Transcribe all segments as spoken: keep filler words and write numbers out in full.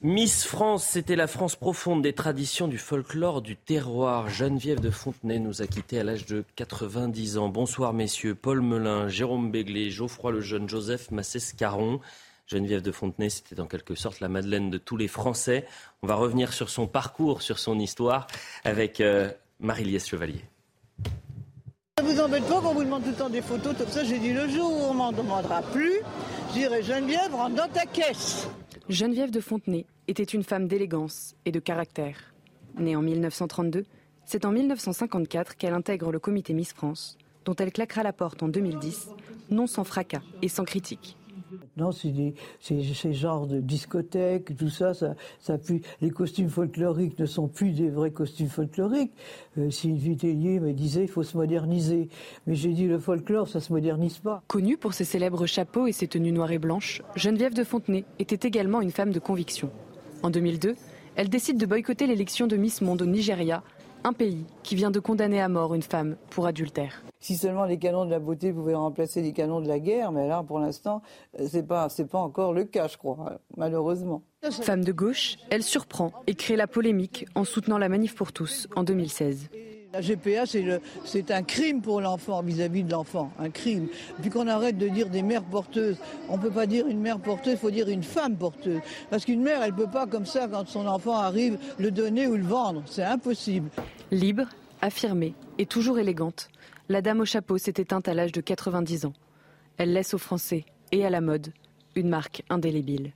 Miss France, c'était la France profonde des traditions, du folklore, du terroir. Geneviève de Fontenay nous a quittés à l'âge de quatre-vingt-dix ans. Bonsoir messieurs, Paul Melun, Jérôme Béglé, Geoffroy Lejeune, Joseph Massès-Caron. Geneviève de Fontenay, c'était en quelque sorte la Madeleine de tous les Français. On va revenir sur son parcours, sur son histoire, avec euh, Marie-Liesse Chevalier. Ça vous embête pas qu'on vous demande tout le temps des photos comme ça? J'ai dit le jour où on m'en demandera plus, je dirai Geneviève, rentre dans ta caisse. Geneviève de Fontenay était une femme d'élégance et de caractère. Née en mille neuf cent trente-deux, c'est en mille neuf cent cinquante-quatre qu'elle intègre le comité Miss France, dont elle claquera la porte en deux mille dix, non sans fracas et sans critique. Maintenant, c'est des c'est, c'est genre de discothèque, tout ça, ça, ça pue. Les costumes folkloriques ne sont plus des vrais costumes folkloriques. Euh, Sylvie Tellier me disait il faut se moderniser. Mais j'ai dit le folklore, ça se modernise pas. Connue pour ses célèbres chapeaux et ses tenues noires et blanches, Geneviève de Fontenay était également une femme de conviction. En deux mille deux, elle décide de boycotter l'élection de Miss Monde au Nigeria, un pays qui vient de condamner à mort une femme pour adultère. Si seulement les canons de la beauté pouvaient remplacer les canons de la guerre, mais là, pour l'instant, c'est pas, c'est pas encore le cas, je crois, malheureusement. Femme de gauche, elle surprend et crée la polémique en soutenant la Manif pour tous en deux mille seize. La G P A, c'est, le, c'est un crime pour l'enfant, vis-à-vis de l'enfant, un crime. Puis qu'on arrête de dire des mères porteuses. On ne peut pas dire une mère porteuse, il faut dire une femme porteuse. Parce qu'une mère, elle ne peut pas, comme ça, quand son enfant arrive, le donner ou le vendre. C'est impossible. Libre, affirmée et toujours élégante, la dame au chapeau s'est éteinte à l'âge de quatre-vingt-dix ans. Elle laisse aux Français et à la mode une marque indélébile.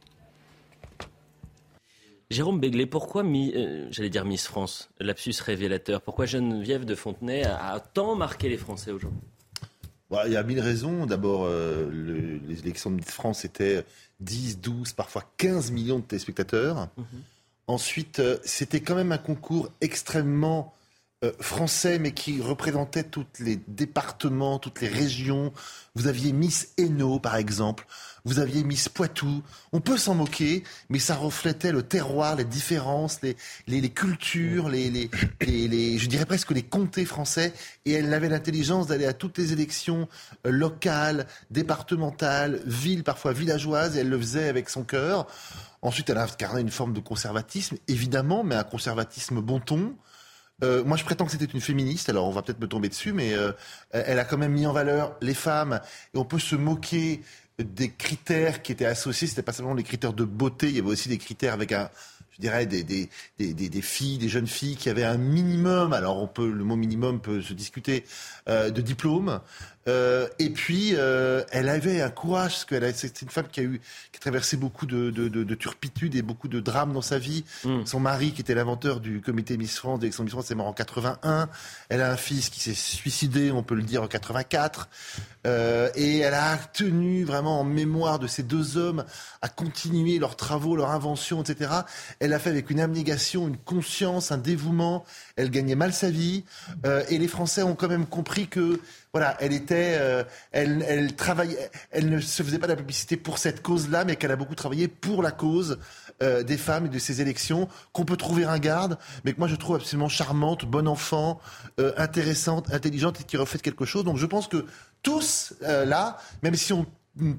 Jérôme Béglé, pourquoi, mi, euh, j'allais dire Miss France, lapsus révélateur, pourquoi Geneviève de Fontenay a, a tant marqué les Français aujourd'hui? Bon, il y a mille raisons. D'abord, euh, le, les élections de Miss France, c'était dix, douze, parfois quinze millions de téléspectateurs. Mmh. Ensuite, euh, c'était quand même un concours extrêmement euh, français, mais qui représentait tous les départements, toutes les régions. Vous aviez Miss Hainaut, par exemple. Vous aviez Miss Poitou. On peut s'en moquer, mais ça reflétait le terroir, les différences, les, les, les cultures, les, les, les, les, je dirais presque les comtés français. Et elle avait l'intelligence d'aller à toutes les élections euh, locales, départementales, villes, parfois villageoises, et elle le faisait avec son cœur. Ensuite, elle a incarné une forme de conservatisme, évidemment, mais un conservatisme bon ton. Euh, moi, je prétends que c'était une féministe, alors on va peut-être me tomber dessus, mais euh, elle a quand même mis en valeur les femmes, et on peut se moquer des critères qui étaient associés. C'était pas seulement les critères de beauté, il y avait aussi des critères avec un, je dirais, des, des, des, des, des filles, des jeunes filles qui avaient un minimum, alors on peut, le mot minimum peut se discuter, euh, de diplôme. Euh, et puis, euh, elle avait un courage, parce que c'est une femme qui a eu, qui a traversé beaucoup de, de, de, de turpitudes et beaucoup de drames dans sa vie. Mmh. Son mari, qui était l'inventeur du comité Miss France, d'élection Miss France, est mort en quatre-vingt-un. Elle a un fils qui s'est suicidé, on peut le dire, en quatre-vingt-quatre. Euh, et elle a tenu vraiment en mémoire de ces deux hommes à continuer leurs travaux, leurs inventions, et cetera. Elle l'a fait avec une abnégation, une conscience, un dévouement. Elle gagnait mal sa vie. Euh, et les Français ont quand même compris que, voilà, elle était, euh, elle, elle travaillait, elle ne se faisait pas de la publicité pour cette cause-là, mais qu'elle a beaucoup travaillé pour la cause euh, des femmes et de ces élections, qu'on peut trouver ringarde, mais que moi je trouve absolument charmante, bon enfant, euh, intéressante, intelligente et qui reflète quelque chose. Donc je pense que tous euh, là, même si on,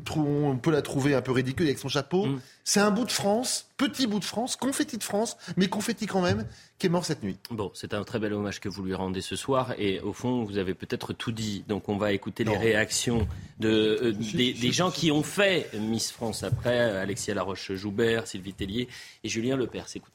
on peut la trouver un peu ridicule avec son chapeau, mmh. c'est un bout de France, petit bout de France, confetti de France, mais confetti quand même, qui est mort cette nuit. Bon, c'est un très bel hommage que vous lui rendez ce soir, et au fond, vous avez peut-être tout dit. Donc on va écouter non. les réactions de, euh, je, des, je, des je, gens je... qui ont fait Miss France après, Alexia Laroche-Joubert, Sylvie Tellier et Julien Lepers. Écoute.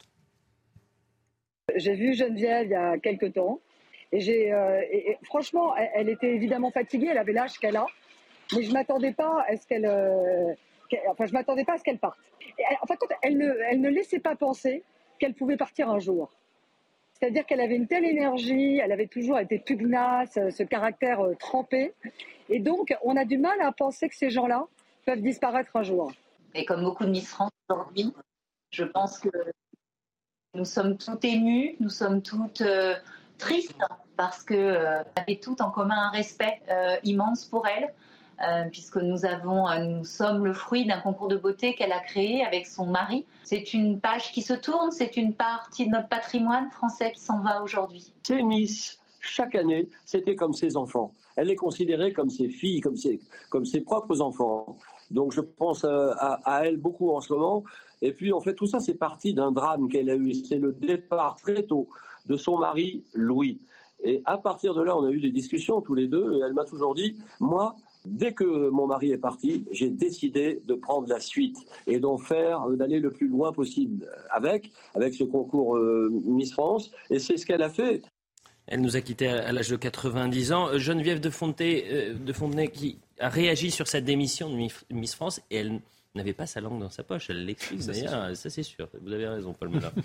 J'ai vu Geneviève il y a quelques temps, et, j'ai, euh, et, et franchement, elle, elle était évidemment fatiguée, elle avait l'âge qu'elle a, mais je m'attendais pas à ce qu'elle, euh, qu'elle enfin, je m'attendais pas à ce qu'elle parte. Et elle, en fait, elle ne, elle ne laissait pas penser qu'elle pouvait partir un jour. C'est-à-dire qu'elle avait une telle énergie, elle avait toujours été pugnace, ce caractère euh, trempé. Et donc, on a du mal à penser que ces gens-là peuvent disparaître un jour. Et comme beaucoup de Miss France aujourd'hui, je pense que nous sommes toutes émues, nous sommes toutes euh, tristes, parce qu'on euh, avait toutes en commun un respect euh, immense pour elle, euh, puisque nous, avons, euh, nous sommes le fruit d'un concours de beauté qu'elle a créé avec son mari. C'est une page qui se tourne, c'est une partie de notre patrimoine français qui s'en va aujourd'hui. Ces Miss, chaque année, c'était comme ses enfants. Elle les considérait comme ses filles, comme ses, comme ses propres enfants. Donc je pense à, à elle beaucoup en ce moment. Et puis en fait tout ça c'est parti d'un drame qu'elle a eu. C'est le départ très tôt de son mari Louis. Et à partir de là on a eu des discussions tous les deux et elle m'a toujours dit, moi dès que mon mari est parti, j'ai décidé de prendre la suite et d'en faire, d'aller le plus loin possible avec, avec ce concours euh, Miss France. Et c'est ce qu'elle a fait. Elle nous a quittés à l'âge de quatre-vingt-dix ans. Geneviève de Fontenay, euh, de Fontenay qui a réagi sur sa démission de Miss France et elle n'avait pas sa langue dans sa poche. Elle l'explique d'ailleurs. Ça, c'est sûr. Vous avez raison, Paul Melun.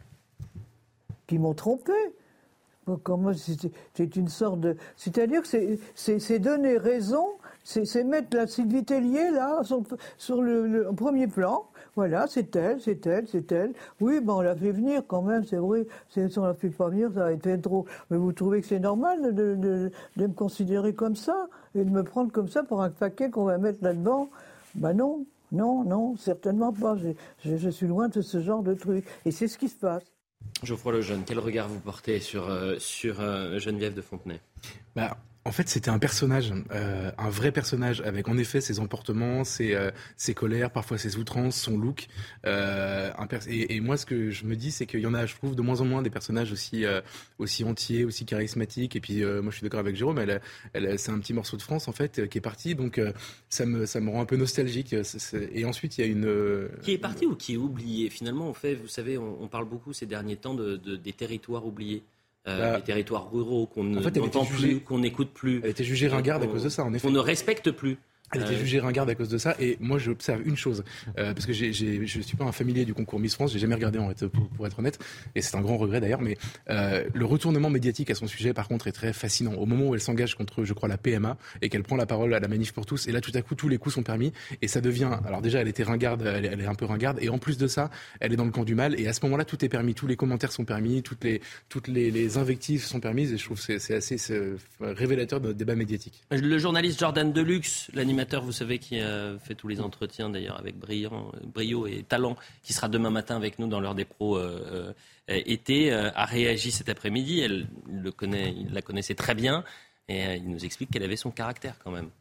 Qui m'ont trompé. Comment c'est, c'est une sorte de. C'est-à-dire que c'est, c'est, c'est donner raison, c'est, c'est mettre la Sylvie Tellier là sur, sur le, le premier plan. Voilà, c'est elle, c'est elle, c'est elle. Oui, ben on l'a fait venir quand même, c'est vrai. C'est, si on l'a fait pas venir, ça a été trop. Mais vous trouvez que c'est normal de, de, de, de me considérer comme ça et de me prendre comme ça pour un paquet qu'on va mettre là-dedans? Ben non, non, non, certainement pas. Je, je, je suis loin de ce genre de truc. Et c'est ce qui se passe. Geoffroy Lejeune, quel regard vous portez sur, euh, sur euh, Geneviève de Fontenay? Bah, en fait, c'était un personnage, euh, un vrai personnage, avec en effet ses emportements, ses, euh, ses colères, parfois ses outrances, son look. Euh, un pers- et, et moi, ce que je me dis, c'est qu'il y en a, je trouve, de moins en moins des personnages aussi, euh, aussi entiers, aussi charismatiques. Et puis, euh, moi, je suis d'accord avec Jérôme, elle, elle, c'est un petit morceau de France, en fait, qui est parti. Donc, euh, ça, me, ça me rend un peu nostalgique. C'est, c'est... Et ensuite, il y a une... Euh... Qui est parti ou qui est oublié? Finalement, en fait, vous savez, on, on parle beaucoup ces derniers temps de, de, des territoires oubliés. Euh, bah, les territoires ruraux qu'on ne, en fait, n'entend plus, qu'on n'écoute plus. Elle était jugée ringarde à cause de ça, en effet. Qu'on ne respecte plus. Elle était jugée ringarde à cause de ça, et moi j'observe une chose, euh, parce que j'ai, j'ai, je suis pas un familier du concours Miss France, j'ai jamais regardé en fait, pour, pour être honnête, et c'est un grand regret d'ailleurs, mais euh, le retournement médiatique à son sujet par contre est très fascinant. Au moment où elle s'engage contre, je crois, la P M A, et qu'elle prend la parole à la manif pour tous, et là tout à coup tous les coups sont permis, et ça devient, alors déjà elle était ringarde, elle est, elle est un peu ringarde, et en plus de ça, elle est dans le camp du mal, et à ce moment-là tout est permis, tous les commentaires sont permis, toutes les, toutes les, les invectives sont permises, et je trouve que c'est, c'est assez c'est révélateur de notre débat médiatique. Le journaliste Jordan Deluxe, l'animateur, vous savez, qui a fait tous les entretiens d'ailleurs avec brillant, brio et talent, qui sera demain matin avec nous dans l'heure des pros euh, euh, été, euh, a réagi cet après-midi. Elle le connaît, il la connaissait très bien et euh, il nous explique qu'elle avait son caractère quand même.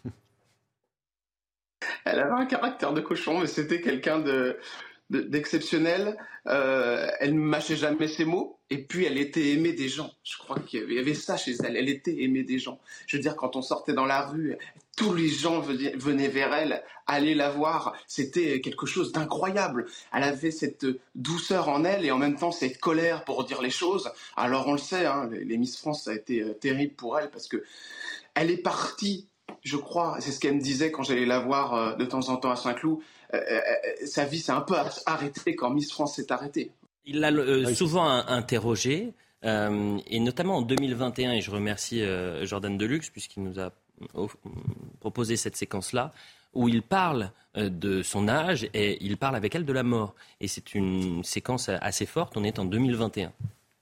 Elle avait un caractère de cochon, mais c'était quelqu'un de, de, d'exceptionnel. Euh, elle ne mâchait jamais ses mots. Et puis, elle était aimée des gens. Je crois qu'il y avait ça chez elle. Elle était aimée des gens. Je veux dire, quand on sortait dans la rue, tous les gens venaient vers elle, allaient la voir. C'était quelque chose d'incroyable. Elle avait cette douceur en elle et en même temps cette colère pour dire les choses. Alors, on le sait, hein, les Miss France, ça a été terrible pour elle parce que elle est partie, je crois, c'est ce qu'elle me disait quand j'allais la voir de temps en temps à Saint-Cloud. Euh, sa vie s'est un peu arrêtée quand Miss France s'est arrêtée. Il l'a euh, souvent interrogé, euh, et notamment en deux mille vingt et un, et je remercie euh, Jordan Deluxe puisqu'il nous a euh, proposé cette séquence-là, où il parle euh, de son âge et il parle avec elle de la mort. Et c'est une séquence assez forte, on est en deux mille vingt et un.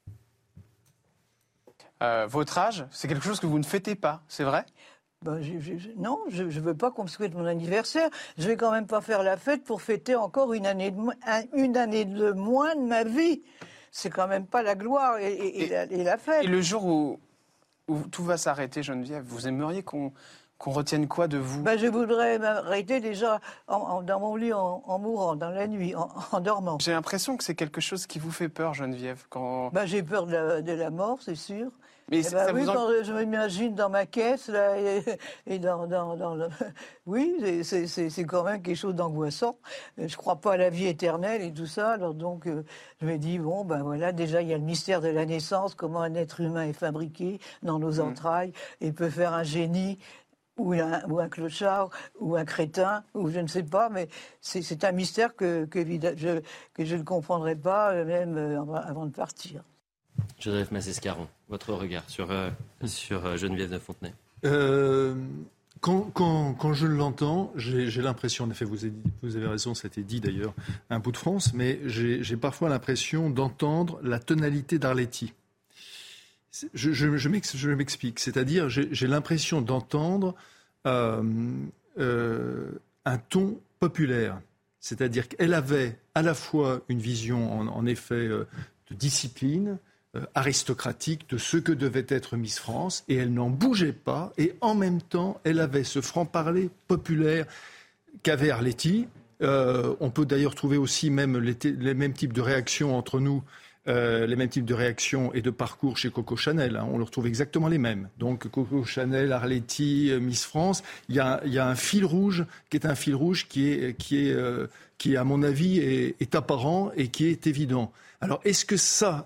Euh, votre âge, c'est quelque chose que vous ne fêtez pas, c'est vrai ? Ben, je, je, je, non, je ne veux pas qu'on me souhaite mon anniversaire. Je vais quand même pas faire la fête pour fêter encore une année de, une année de moins de ma vie. C'est quand même pas la gloire et, et, et, et, la, et la fête. Et le jour où, où tout va s'arrêter, Geneviève, vous aimeriez qu'on, qu'on retienne quoi de vous ? Ben, je voudrais m'arrêter déjà en, en, dans mon lit en, en mourant, dans la nuit, en, en dormant. J'ai l'impression que c'est quelque chose qui vous fait peur, Geneviève. Quand... Ben, j'ai peur de la, de la mort, c'est sûr. Mais eh ben ça oui, vous en... quand je m'imagine dans ma caisse, là, et, et dans, dans, dans le... Oui, c'est, c'est, c'est quand même quelque chose d'angoissant. Je ne crois pas à la vie éternelle et tout ça. Alors donc, euh, je me dis, bon, ben voilà, déjà, il y a le mystère de la naissance, comment un être humain est fabriqué dans nos entrailles, mmh. et peut faire un génie, ou un, ou un clochard, ou un crétin, ou je ne sais pas, mais c'est, c'est un mystère que, que, je, que je ne comprendrai pas, même avant de partir. Joseph Massescaron, votre regard sur, euh, sur euh, Geneviève de Fontenay. Euh, quand, quand, quand je l'entends, j'ai, j'ai l'impression, en effet, vous avez, vous avez raison, ça a été dit d'ailleurs, un bout de France, mais j'ai, j'ai parfois l'impression d'entendre la tonalité d'Arletty. Je, je, je, m'ex, je m'explique, c'est-à-dire j'ai, j'ai l'impression d'entendre euh, euh, un ton populaire, c'est-à-dire qu'elle avait à la fois une vision, en, en effet, euh, de discipline, Euh, aristocratique de ce que devait être Miss France, et elle n'en bougeait pas, et en même temps elle avait ce franc-parler populaire. qu'avait Arletty. Euh, on peut d'ailleurs trouver aussi même les, t- les mêmes types de réactions entre nous, euh, les mêmes types de réactions et de parcours chez Coco Chanel. Hein. On le retrouve exactement les mêmes. Donc Coco Chanel, Arletty, euh, Miss France, il y a, il y a un fil rouge qui est un fil rouge qui est, qui est, euh, qui à mon avis est, est apparent et qui est évident. Alors est-ce que ça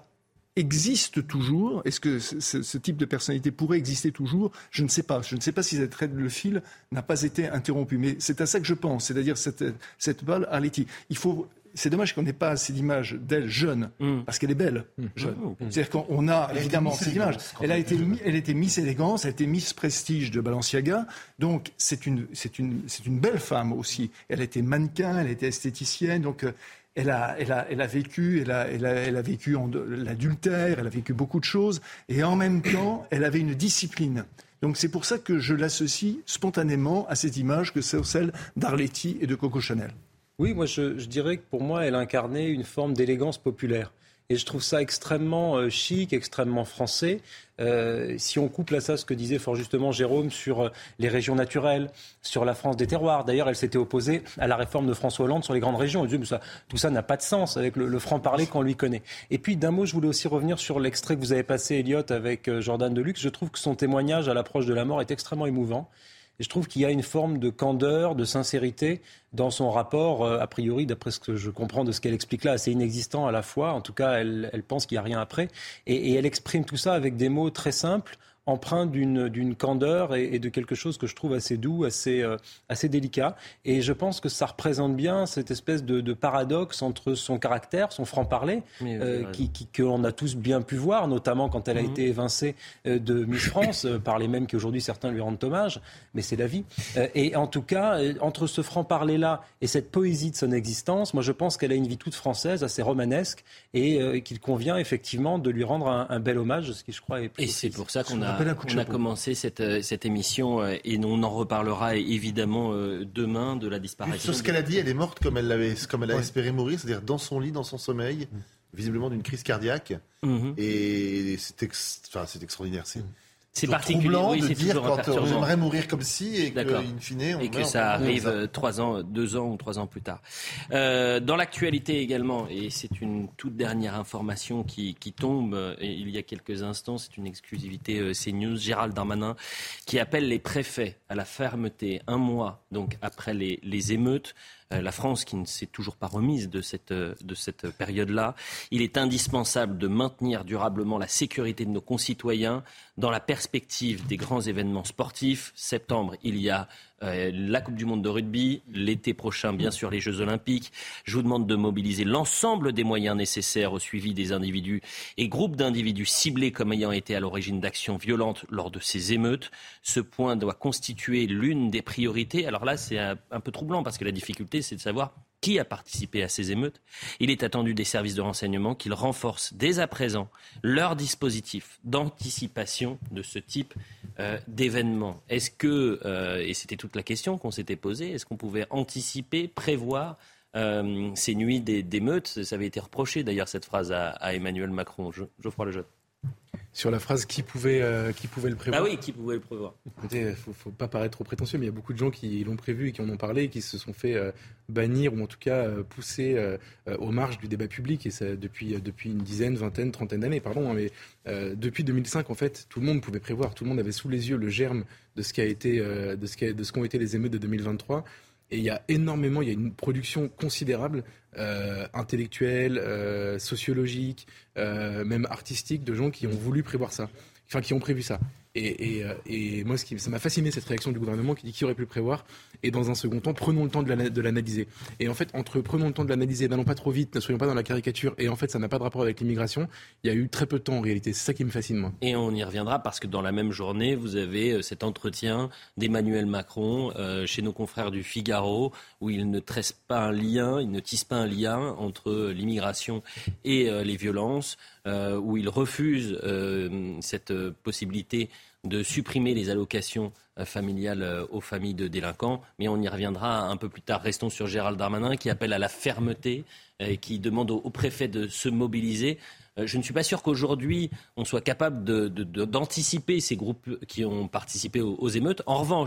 existe toujours? Est-ce que ce, ce, ce type de personnalité pourrait exister toujours? Je ne sais pas. Je ne sais pas si cette raide, le fil n'a pas été interrompu. Mais c'est à ça que je pense. C'est-à-dire cette, cette balle Arletty. Il faut... C'est dommage qu'on n'ait pas assez d'images d'elle jeune, mmh. parce qu'elle est belle, mmh. jeune. Mmh. C'est-à-dire qu'on a elle évidemment ces images. Elle a été, elle était Miss Élégance, elle a été Miss Prestige de Balenciaga. Donc c'est une, c'est une, c'est une belle femme aussi. Elle a été mannequin, elle a été esthéticienne. Donc euh, Elle a, elle, a, elle a vécu, elle a, elle a, elle a vécu en, l'adultère, elle a vécu beaucoup de choses, et en même temps, elle avait une discipline. Donc c'est pour ça que je l'associe spontanément à cette image que c'est celle d'Arletty et de Coco Chanel. Oui, moi je, je dirais que pour moi, elle incarnait une forme d'élégance populaire. Et je trouve ça extrêmement euh, chic, extrêmement français. Euh, si on couple à ça ce que disait fort justement Jérôme sur euh, les régions naturelles, sur la France des terroirs. D'ailleurs, elle s'était opposée à la réforme de François Hollande sur les grandes régions. Elle disait, mais ça, tout ça n'a pas de sens avec le, le franc-parler qu'on lui connaît. Et puis d'un mot, je voulais aussi revenir sur l'extrait que vous avez passé, Elliot, avec euh, Jordan Deluxe. Je trouve que son témoignage à l'approche de la mort est extrêmement émouvant. Et je trouve qu'il y a une forme de candeur, de sincérité dans son rapport, euh, a priori, d'après ce que je comprends de ce qu'elle explique là, assez inexistant à la fois. En tout cas, elle, elle pense qu'il n'y a rien après. Et, et elle exprime tout ça avec des mots très simples, empreint d'une, d'une candeur et, et de quelque chose que je trouve assez doux, assez, euh, assez délicat. Et je pense que ça représente bien cette espèce de, de paradoxe entre son caractère, son franc-parler, euh, qui, qui, qu'on a tous bien pu voir, notamment quand elle a mmh. été évincée euh, de Miss France, euh, par les mêmes qui aujourd'hui certains lui rendent hommage, mais c'est la vie. Euh, et en tout cas, euh, entre ce franc-parler-là et cette poésie de son existence, moi je pense qu'elle a une vie toute française, assez romanesque, et euh, qu'il convient effectivement de lui rendre un, un bel hommage, ce qui je crois est... Et c'est pour ça qu'on a... On a commencé cette, cette émission euh, et on en reparlera évidemment euh, demain de la disparition. Sur ce qu'elle a dit, elle est morte comme elle l'avait, comme elle a ouais. espéré mourir, c'est-à-dire dans son lit, dans son sommeil, mmh. visiblement d'une crise cardiaque. Mmh. Et c'est, ex... enfin, c'est extraordinaire. C'est... Mmh. C'est particulier, oui, de c'est dire toujours quand on aimerait mourir comme si et D'accord. que, in fine, on et que meurt, ça on arrive ça. trois ans, deux ans ou trois ans plus tard. Euh, dans l'actualité également, et c'est une toute dernière information qui, qui tombe et il y a quelques instants, c'est une exclusivité euh, CNews, Gérald Darmanin qui appelle les préfets à la fermeté un mois donc après les, les émeutes. Euh, la France qui ne s'est toujours pas remise de cette, de cette période-là. Il est indispensable de maintenir durablement la sécurité de nos concitoyens dans la perspective des grands événements sportifs. Septembre, il y a euh, la Coupe du Monde de rugby. L'été prochain, bien sûr, les Jeux Olympiques. Je vous demande de mobiliser l'ensemble des moyens nécessaires au suivi des individus et groupes d'individus ciblés comme ayant été à l'origine d'actions violentes lors de ces émeutes. Ce point doit constituer l'une des priorités. Alors là, c'est un, un peu troublant parce que la difficulté, c'est de savoir qui a participé à ces émeutes. Il est attendu des services de renseignement qu'ils renforcent dès à présent leur dispositif d'anticipation de ce type euh, d'événements. Est-ce que, euh, et c'était toute la question qu'on s'était posée, est-ce qu'on pouvait anticiper, prévoir euh, ces nuits d'émeutes? Ça avait été reproché d'ailleurs cette phrase à, à Emmanuel Macron. Je, Geoffroy Lejeune. Sur la phrase qui pouvait, euh, qui pouvait le prévoir. Ah oui, qui pouvait le prévoir. Écoutez, il ne faut, faut pas paraître trop prétentieux, mais il y a beaucoup de gens qui l'ont prévu et qui en ont parlé et qui se sont fait euh, bannir ou en tout cas euh, pousser euh, aux marges du débat public et ça, depuis, euh, depuis une dizaine, vingtaine, trentaine d'années. Pardon, hein, mais euh, depuis deux mille cinq, en fait, tout le monde pouvait prévoir, tout le monde avait sous les yeux le germe de ce, qui a été, euh, de ce, qui a, de ce qu'ont été les émeutes de deux mille vingt-trois. Et il y a énormément, il y a une production considérable, euh, intellectuelle, euh, sociologique, euh, même artistique, de gens qui ont voulu prévoir ça, enfin qui ont prévu ça. Et, et, et moi, ce qui, ça m'a fasciné cette réaction du gouvernement qui dit qui aurait pu le prévoir. Et dans un second temps, prenons le temps de, la, de l'analyser. Et en fait, entre prenons le temps de l'analyser, n'allons pas trop vite, ne soyons pas dans la caricature. Et en fait, ça n'a pas de rapport avec l'immigration. Il y a eu très peu de temps en réalité. C'est ça qui me fascine, moi. Et on y reviendra parce que dans la même journée, vous avez cet entretien d'Emmanuel Macron euh, chez nos confrères du Figaro, où il ne tresse pas un lien, il ne tisse pas un lien entre l'immigration et euh, les violences, euh, où il refuse euh, cette euh, possibilité de supprimer les allocations familiales aux familles de délinquants. Mais on y reviendra un peu plus tard. Restons sur Gérald Darmanin qui appelle à la fermeté et qui demande au préfet de se mobiliser. Je ne suis pas sûr qu'aujourd'hui on soit capable de, de, de, d'anticiper ces groupes qui ont participé aux, aux émeutes. En revanche,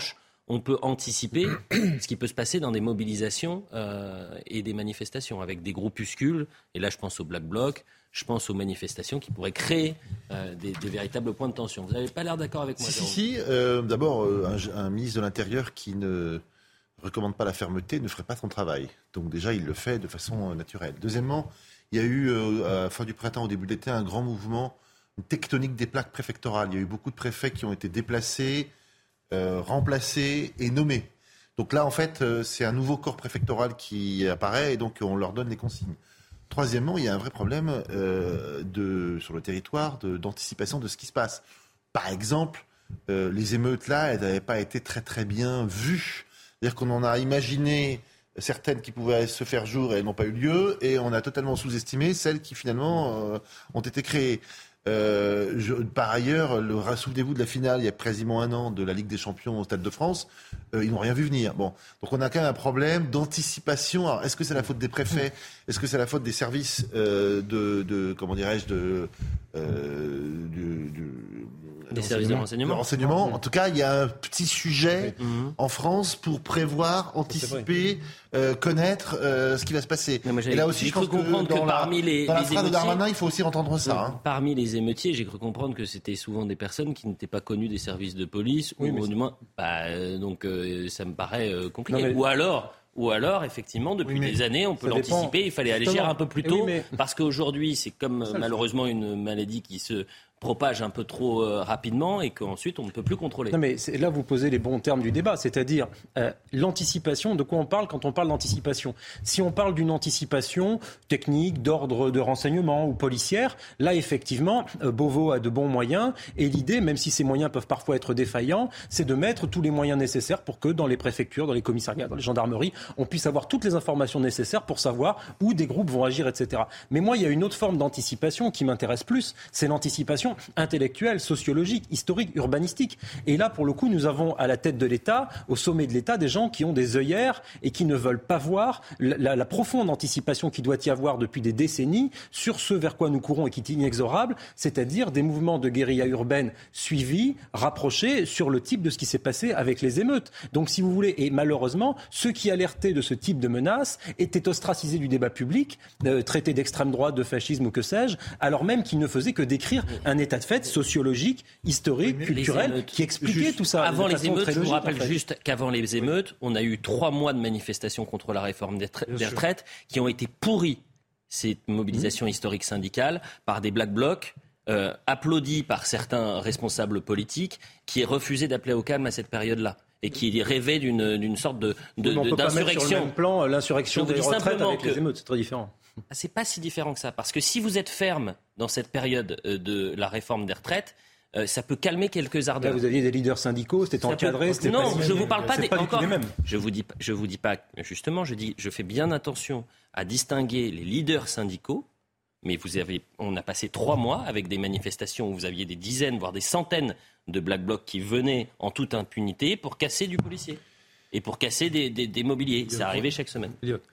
on peut anticiper ce qui peut se passer dans des mobilisations euh, et des manifestations avec des groupuscules. Et là, je pense au Black Bloc, je pense aux manifestations qui pourraient créer euh, des, des véritables points de tension. Vous n'avez pas l'air d'accord avec moi, Si, Jérôme ? si, si. Euh, d'abord, euh, un, un ministre de l'Intérieur qui ne recommande pas la fermeté ne ferait pas son travail. Donc déjà, il le fait de façon euh, naturelle. Deuxièmement, il y a eu, euh, à la fin du printemps, au début de l'été, un grand mouvement, une tectonique des plaques préfectorales. Il y a eu beaucoup de préfets qui ont été déplacés, euh, remplacés et nommés. Donc là, en fait, euh, c'est un nouveau corps préfectoral qui apparaît et donc on leur donne les consignes. Troisièmement, il y a un vrai problème euh, de, sur le territoire de, d'anticipation de ce qui se passe. Par exemple, euh, les émeutes là, elles n'avaient pas été très très bien vues. C'est-à-dire qu'on en a imaginé certaines qui pouvaient se faire jour et elles n'ont pas eu lieu, et on a totalement sous-estimé celles qui finalement euh, ont été créées. Euh, je, par ailleurs, le, souvenez-vous de la finale il y a quasiment un an de la Ligue des Champions au Stade de France, euh, ils n'ont rien vu venir. Bon, donc on a quand même un problème d'anticipation. Alors, est-ce que c'est la faute des préfets ? Est-ce que c'est la faute des services euh, de, de, comment dirais-je, de, euh, du, du, des services de renseignement. De renseignement. En tout cas, il y a un petit sujet mmh. en France pour prévoir, anticiper, euh, connaître euh, ce qui va se passer. Non, et là aussi, je pense que, comprendre dans que la, parmi les, dans la les phrase de Darmanin, il faut aussi entendre ça. Oui, hein. Parmi les émeutiers, j'ai cru comprendre que c'était souvent des personnes qui n'étaient pas connues des services de police, oui, ou au moins, bah, euh, donc euh, ça me paraît euh, compliqué. Non, mais... Ou alors. Ou alors, effectivement, depuis oui, des années, on peut l'anticiper. Il fallait agir un peu plus tôt. Oui, mais... Parce qu'aujourd'hui, c'est comme ça, malheureusement une maladie qui se propage un peu trop euh, rapidement et qu'ensuite on ne peut plus contrôler. Non mais c'est, là vous posez les bons termes du débat, c'est-à-dire euh, l'anticipation, de quoi on parle quand on parle d'anticipation ? Si on parle d'une anticipation technique, d'ordre de renseignement ou policière, là effectivement euh, Beauvau a de bons moyens et l'idée, même si ces moyens peuvent parfois être défaillants, c'est de mettre tous les moyens nécessaires pour que dans les préfectures, dans les commissariats, dans les gendarmeries, on puisse avoir toutes les informations nécessaires pour savoir où des groupes vont agir, et cetera. Mais moi il y a une autre forme d'anticipation qui m'intéresse plus, c'est l'anticipation intellectuelle, sociologique, historique, urbanistique. Et là, pour le coup, nous avons à la tête de l'État, au sommet de l'État, des gens qui ont des œillères et qui ne veulent pas voir la, la, la profonde anticipation qu'il doit y avoir depuis des décennies sur ce vers quoi nous courons et qui est inexorable, c'est-à-dire des mouvements de guérilla urbaine suivis, rapprochés sur le type de ce qui s'est passé avec les émeutes. Donc, si vous voulez, et malheureusement, ceux qui alertaient de ce type de menaces étaient ostracisés du débat public, euh, traités d'extrême droite, de fascisme ou que sais-je, alors même qu'ils ne faisaient que décrire un état de fait sociologique, historique, oui, culturel, qui expliquait juste, tout ça. Avant les émeutes, logique, je vous rappelle en fait. juste qu'avant les émeutes, on a eu trois mois de manifestations contre la réforme des, tra- des retraites qui ont été pourries, ces mobilisations mmh. historiques syndicales, par des black blocs, euh, applaudis par certains responsables politiques, qui refusaient d'appeler au calme à cette période-là. Et qui rêvait d'une, d'une sorte de, de, on de, peut d'insurrection. Pas mettre sur le même plan l'insurrection des retraites avec que... les émeutes, c'est très différent. C'est pas si différent que ça, parce que si vous êtes ferme dans cette période de la réforme des retraites, euh, ça peut calmer quelques ardeurs. Là, vous aviez des leaders syndicaux, c'était ça encadré, peut... c'était non, pas je vous parle pas c'est des pas encore. Les mêmes. Je vous dis, je vous dis pas justement, je dis, je fais bien attention à distinguer les leaders syndicaux. Mais vous avez, on a passé trois mois avec des manifestations où vous aviez des dizaines, voire des centaines de black blocs qui venaient en toute impunité pour casser du policier et pour casser des, des, des mobiliers. Ça arrivait chaque semaine.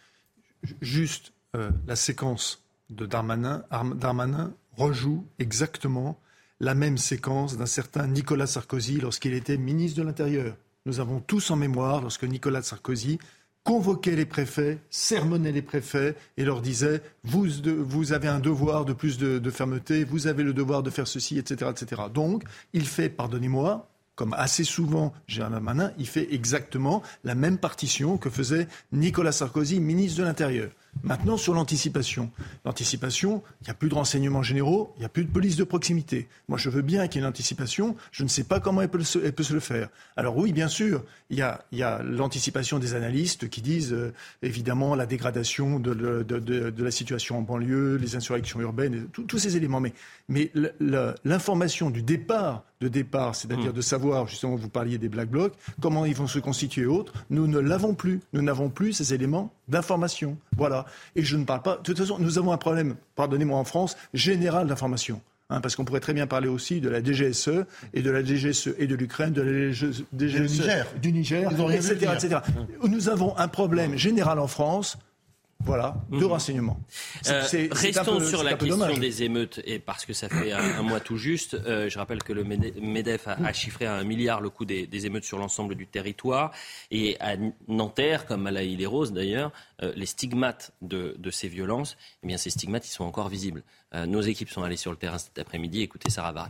Juste euh, la séquence de Darmanin, Darmanin rejoue exactement la même séquence d'un certain Nicolas Sarkozy lorsqu'il était ministre de l'Intérieur. Nous avons tous en mémoire lorsque Nicolas Sarkozy convoquait les préfets, sermonnait les préfets et leur disait vous, de, vous avez un devoir de plus de, de fermeté, vous avez le devoir de faire ceci, et cetera, et cetera. Donc, il fait, pardonnez-moi, comme assez souvent Gérald Darmanin, il fait exactement la même partition que faisait Nicolas Sarkozy, ministre de l'Intérieur. Maintenant, sur l'anticipation. L'anticipation, il n'y a plus de renseignements généraux, il n'y a plus de police de proximité. Moi, je veux bien qu'il y ait une anticipation, je ne sais pas comment elle peut se, elle peut se le faire. Alors oui, bien sûr, il y a, il y a l'anticipation des analystes qui disent, euh, évidemment, la dégradation de, de, de, de la situation en banlieue, les insurrections urbaines, tous ces éléments. Mais, mais le, le, l'information du départ, de départ, c'est-à-dire mmh. de savoir, justement, vous parliez des Black Blocs, comment ils vont se constituer et autres, nous ne l'avons plus. Nous n'avons plus ces éléments d'information. Voilà. Et je ne parle pas... De toute façon, nous avons un problème, pardonnez-moi, en France, général d'information. Hein, parce qu'on pourrait très bien parler aussi de la D G S E et de la D G S E et de l'Ukraine, de la D G S E, Niger. du Niger, et cetera, et cetera. Nous avons un problème général en France Voilà, mmh. de renseignements. Euh, c'est, restons peu, sur la question dommage. des émeutes, et parce que ça fait un, un mois tout juste. Euh, je rappelle que le MEDEF a, a chiffré à un milliard le coût des, des émeutes sur l'ensemble du territoire. Et à Nanterre, comme à la Île-et-Rose d'ailleurs, euh, les stigmates de, de ces violences, eh bien ces stigmates, ils sont encore visibles. Euh, nos équipes sont allées sur le terrain cet après-midi. Écoutez Sarah Varni.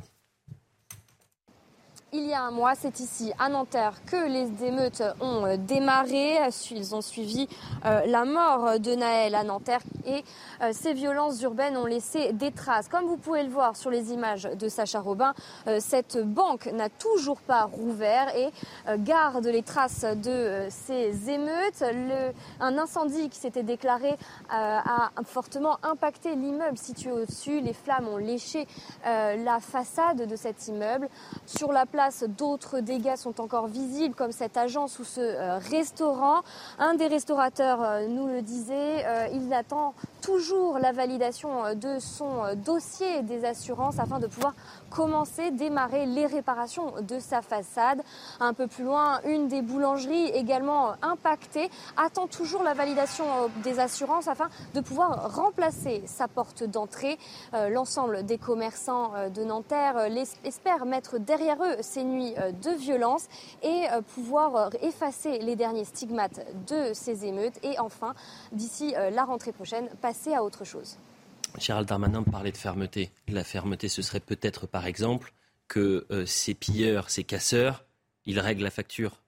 Il y a un mois, c'est ici, à Nanterre, que les émeutes ont démarré. Ils ont suivi euh, la mort de Nahel à Nanterre et euh, ces violences urbaines ont laissé des traces. Comme vous pouvez le voir sur les images de Sacha Robin, euh, cette banque n'a toujours pas rouvert et euh, garde les traces de euh, ces émeutes. Le, un incendie qui s'était déclaré euh, a fortement impacté l'immeuble situé au-dessus. Les flammes ont léché euh, la façade de cet immeuble. Sur la place, d'autres dégâts sont encore visibles, comme cette agence ou ce euh, restaurant. Un des restaurateurs euh, nous le disait, euh, il attend toujours la validation de son euh, dossier des assurances afin de pouvoir commencer, démarrer les réparations de sa façade. Un peu plus loin, une des boulangeries également impactée attend toujours la validation euh, des assurances afin de pouvoir remplacer sa porte d'entrée. Euh, l'ensemble des commerçants euh, de Nanterre euh, espèrent mettre derrière eux ces nuits de violence et pouvoir effacer les derniers stigmates de ces émeutes et enfin, d'ici la rentrée prochaine, passer à autre chose. Gérald Darmanin parlait de fermeté. La fermeté, ce serait peut-être par exemple que euh, ces pilleurs, ces casseurs, ils règlent la facture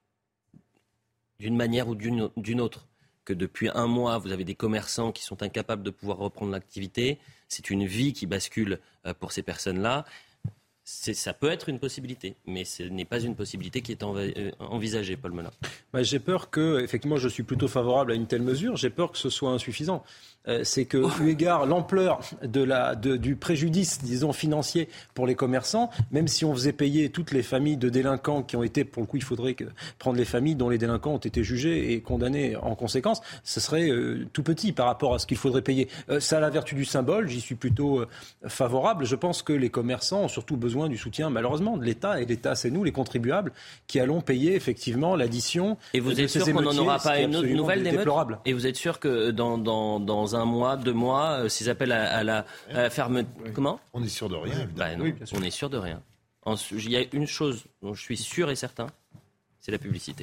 d'une manière ou d'une, d'une autre. Que depuis un mois, vous avez des commerçants qui sont incapables de pouvoir reprendre l'activité. C'est une vie qui bascule euh, pour ces personnes-là. C'est, ça peut être une possibilité, mais ce n'est pas une possibilité qui est env- euh, envisagée, Paul Melun. Bah, j'ai peur que, effectivement, je suis plutôt favorable à une telle mesure. J'ai peur que ce soit insuffisant. Euh, c'est que, oh. eu égard l'ampleur de la, de, du préjudice, disons, financier pour les commerçants, même si on faisait payer toutes les familles de délinquants qui ont été, pour le coup, il faudrait que, prendre les familles dont les délinquants ont été jugés et condamnés en conséquence, ce serait euh, tout petit par rapport à ce qu'il faudrait payer. Euh, ça a la vertu du symbole, j'y suis plutôt euh, favorable. Je pense que les commerçants ont surtout besoin du soutien, malheureusement, de l'État. Et l'État, c'est nous, les contribuables, qui allons payer, effectivement, l'addition. Et vous êtes sûr qu'on n'en aura pas une autre nouvelle d'émeute ? Et vous êtes sûr que dans, dans, dans un mois, deux mois, euh, ces appels à, à la, à la fermeture... Oui. Comment ? On est sûr de rien, évidemment. Bah non, oui, on est sûr de rien. Il y a une chose dont je suis sûr et certain, c'est la publicité.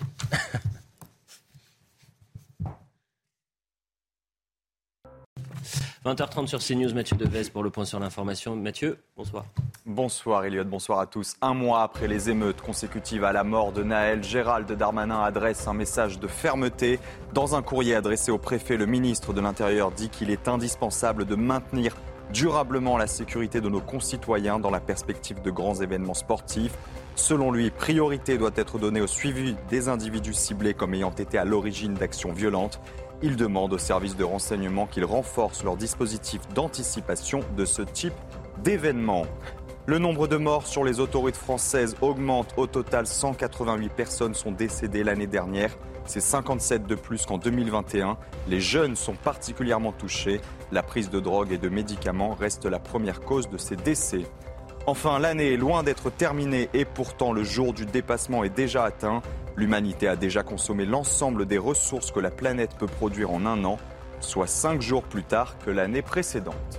vingt heures trente sur CNews, Mathieu Devez pour le point sur l'information. Mathieu, bonsoir. Bonsoir Elliot, bonsoir à tous. Un mois après les émeutes consécutives à la mort de Nahel, Gérald Darmanin adresse un message de fermeté. Dans un courrier adressé au préfet, le ministre de l'Intérieur dit qu'il est indispensable de maintenir durablement la sécurité de nos concitoyens dans la perspective de grands événements sportifs. Selon lui, priorité doit être donnée au suivi des individus ciblés comme ayant été à l'origine d'actions violentes. Il demande aux services de renseignement qu'ils renforcent leur dispositif d'anticipation de ce type d'événement. Le nombre de morts sur les autoroutes françaises augmente. Au total, cent quatre-vingt-huit personnes sont décédées l'année dernière. C'est cinquante-sept de plus qu'en deux mille vingt et un. Les jeunes sont particulièrement touchés. La prise de drogue et de médicaments reste la première cause de ces décès. Enfin, l'année est loin d'être terminée et pourtant le jour du dépassement est déjà atteint. L'humanité a déjà consommé l'ensemble des ressources que la planète peut produire en un an, soit cinq jours plus tard que l'année précédente.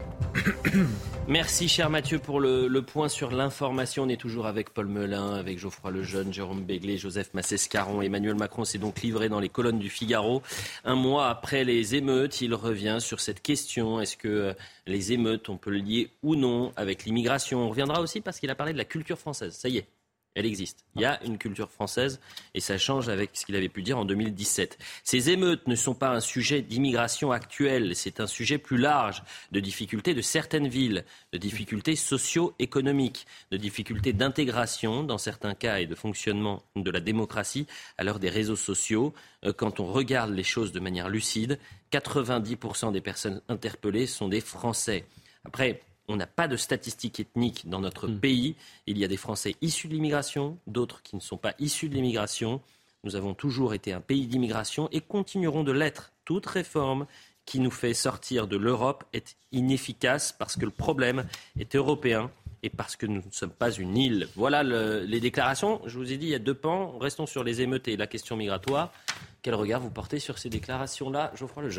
Merci cher Mathieu pour le, le point sur l'information. On est toujours avec Paul Melun, avec Geoffroy Lejeune, Jérôme Béglé, Joseph Massescaron. Emmanuel Macron s'est donc livré dans les colonnes du Figaro. Un mois après les émeutes, il revient sur cette question. Est-ce que les émeutes, on peut le lier ou non avec l'immigration ? On reviendra aussi parce qu'il a parlé de la culture française. Ça y est. Elle existe. Il y a une culture française et ça change avec ce qu'il avait pu dire en deux mille dix-sept. Ces émeutes ne sont pas un sujet d'immigration actuelle, c'est un sujet plus large de difficultés de certaines villes, de difficultés socio-économiques, de difficultés d'intégration dans certains cas et de fonctionnement de la démocratie à l'heure des réseaux sociaux. Quand on regarde les choses de manière lucide, quatre-vingt-dix pour cent des personnes interpellées sont des Français. Après, on n'a pas de statistiques ethniques dans notre mmh. pays. Il y a des Français issus de l'immigration, d'autres qui ne sont pas issus de l'immigration. Nous avons toujours été un pays d'immigration et continuerons de l'être. Toute réforme qui nous fait sortir de l'Europe est inefficace parce que le problème est européen et parce que nous ne sommes pas une île. Voilà le, les déclarations. Je vous ai dit, il y a deux pans. Restons sur les émeutes et la question migratoire. Quel regard vous portez sur ces déclarations-là, Geoffroy Lejeune ?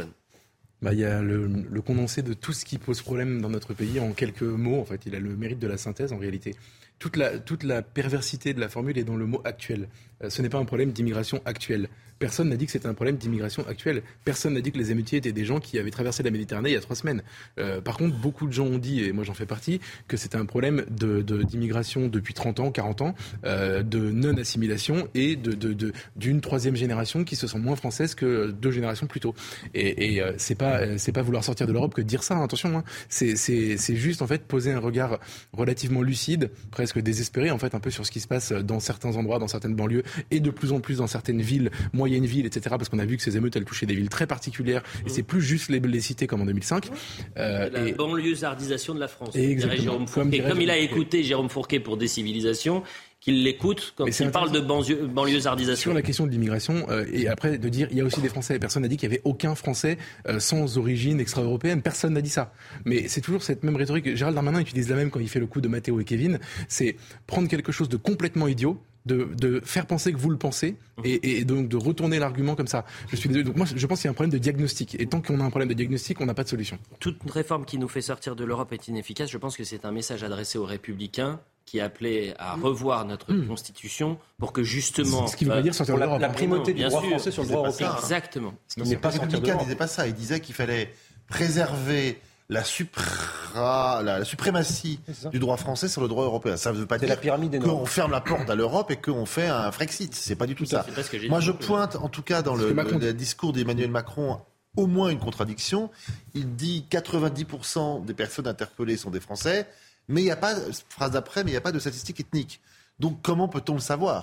Bah, il y a le, le condensé de tout ce qui pose problème dans notre pays en quelques mots. En fait, il a le mérite de la synthèse en réalité. Toute la, toute la perversité de la formule est dans le mot actuel. Euh, ce n'est pas un problème d'immigration actuelle. Personne n'a dit que c'était un problème d'immigration actuelle. Personne n'a dit que les émeutiers étaient des gens qui avaient traversé la Méditerranée il y a trois semaines. Euh, par contre, beaucoup de gens ont dit, et moi j'en fais partie, que c'était un problème de, de, d'immigration depuis trente ans, quarante ans, euh, de non-assimilation et de, de, de, d'une troisième génération qui se sent moins française que deux générations plus tôt. Et, et euh, c'est pas, c'est pas vouloir sortir de l'Europe que de dire ça, hein, attention. Hein. C'est, c'est, c'est juste en fait poser un regard relativement lucide, presque désespéré en fait, un peu sur ce qui se passe dans certains endroits, dans certaines banlieues et de plus en plus dans certaines villes, moyennes villes, et cetera. Parce qu'on a vu que ces émeutes, elles touchaient des villes très particulières et c'est plus juste les, les cités comme en deux mille cinq. Euh, la et... banlieusardisation de la France. Exactement. Jérôme comme, comme il a écouté Jérôme Fourquet pour Décivilisation, qu'il l'écoute quand il parle de banlieue, banlieusardisation. Sur la question de l'immigration, euh, et après de dire il y a aussi des Français. Personne n'a dit qu'il n'y avait aucun Français euh, sans origine extra-européenne. Personne n'a dit ça. Mais c'est toujours cette même rhétorique. Gérald Darmanin utilise la même quand il fait le coup de Mathéo et Kevin. C'est prendre quelque chose de complètement idiot, De, de faire penser que vous le pensez et, et donc de retourner l'argument comme ça. Je suis désolé. Donc moi, je pense qu'il y a un problème de diagnostic. Et tant qu'on a un problème de diagnostic, on n'a pas de solution. Toute réforme qui nous fait sortir de l'Europe est inefficace. Je pense que c'est un message adressé aux Républicains qui appelait à revoir notre mmh. Constitution pour que justement... Ce qui ne veut pas dire sortir de l'Europe. La primauté du droit français sur le droit européen. Exactement. Ce qui n'est pas sortir de l'Europe. Il ne disait pas ça. Il disait qu'il fallait préserver la, supra, la, la suprématie du droit français sur le droit européen. Ça ne veut pas dire qu'on ferme la porte à l'Europe et qu'on fait un Frexit. C'est pas du tout, tout ça. Moi, je pointe, en tout cas, dans le, le, le discours d'Emmanuel Macron, au moins une contradiction. Il dit quatre-vingt-dix pour cent des personnes interpellées sont des Français, mais il n'y a pas, phrase d'après, mais il n'y a pas de statistiques ethniques. Donc, comment peut-on le savoir ?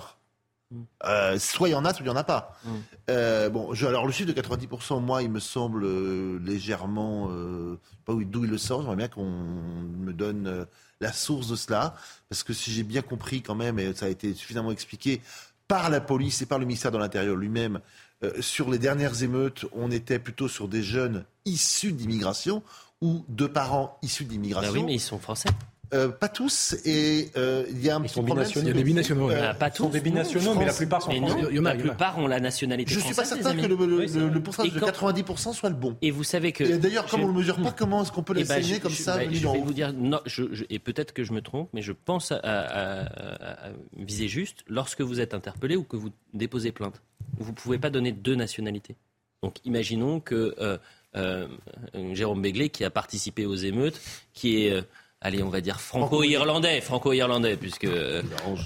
Euh, soit il y en a, soit il n'y en a pas. Mm. Euh, bon, je, alors le chiffre de quatre-vingt-dix pour cent, moi, il me semble euh, légèrement... Euh, pas d'où il le sort, j'aimerais bien qu'on me donne euh, la source de cela, parce que si j'ai bien compris quand même, et ça a été suffisamment expliqué par la police et par le ministère de l'Intérieur lui-même, euh, sur les dernières émeutes, on était plutôt sur des jeunes issus d'immigration ou de parents issus d'immigration. Ben oui, mais ils sont français. Euh, pas tous, et euh, il y a un Ils petit problème. Il y a des binationaux. Euh, pas tous. Ils sont des binationaux, mais la plupart sont mais français. non, il y en a, la plupart ont la nationalité je française. Je suis pas certain que le, le, oui, le, le pourcentage de quatre-vingt-dix pour cent soit le bon. Et vous savez que... Et d'ailleurs, comme je... on ne le mesure pas, comment est-ce qu'on peut l'enseigner bah, comme je, ça bah, Je vais vous dire, non, je, je, et peut-être que je me trompe, mais je pense à, à, à, à viser juste, lorsque vous êtes interpellé ou que vous déposez plainte, vous ne pouvez pas donner deux nationalités. Donc imaginons que euh, euh, Jérôme Béglé, qui a participé aux émeutes, qui est... Euh, allez, on va dire franco-irlandais, franco-irlandais, puisque euh,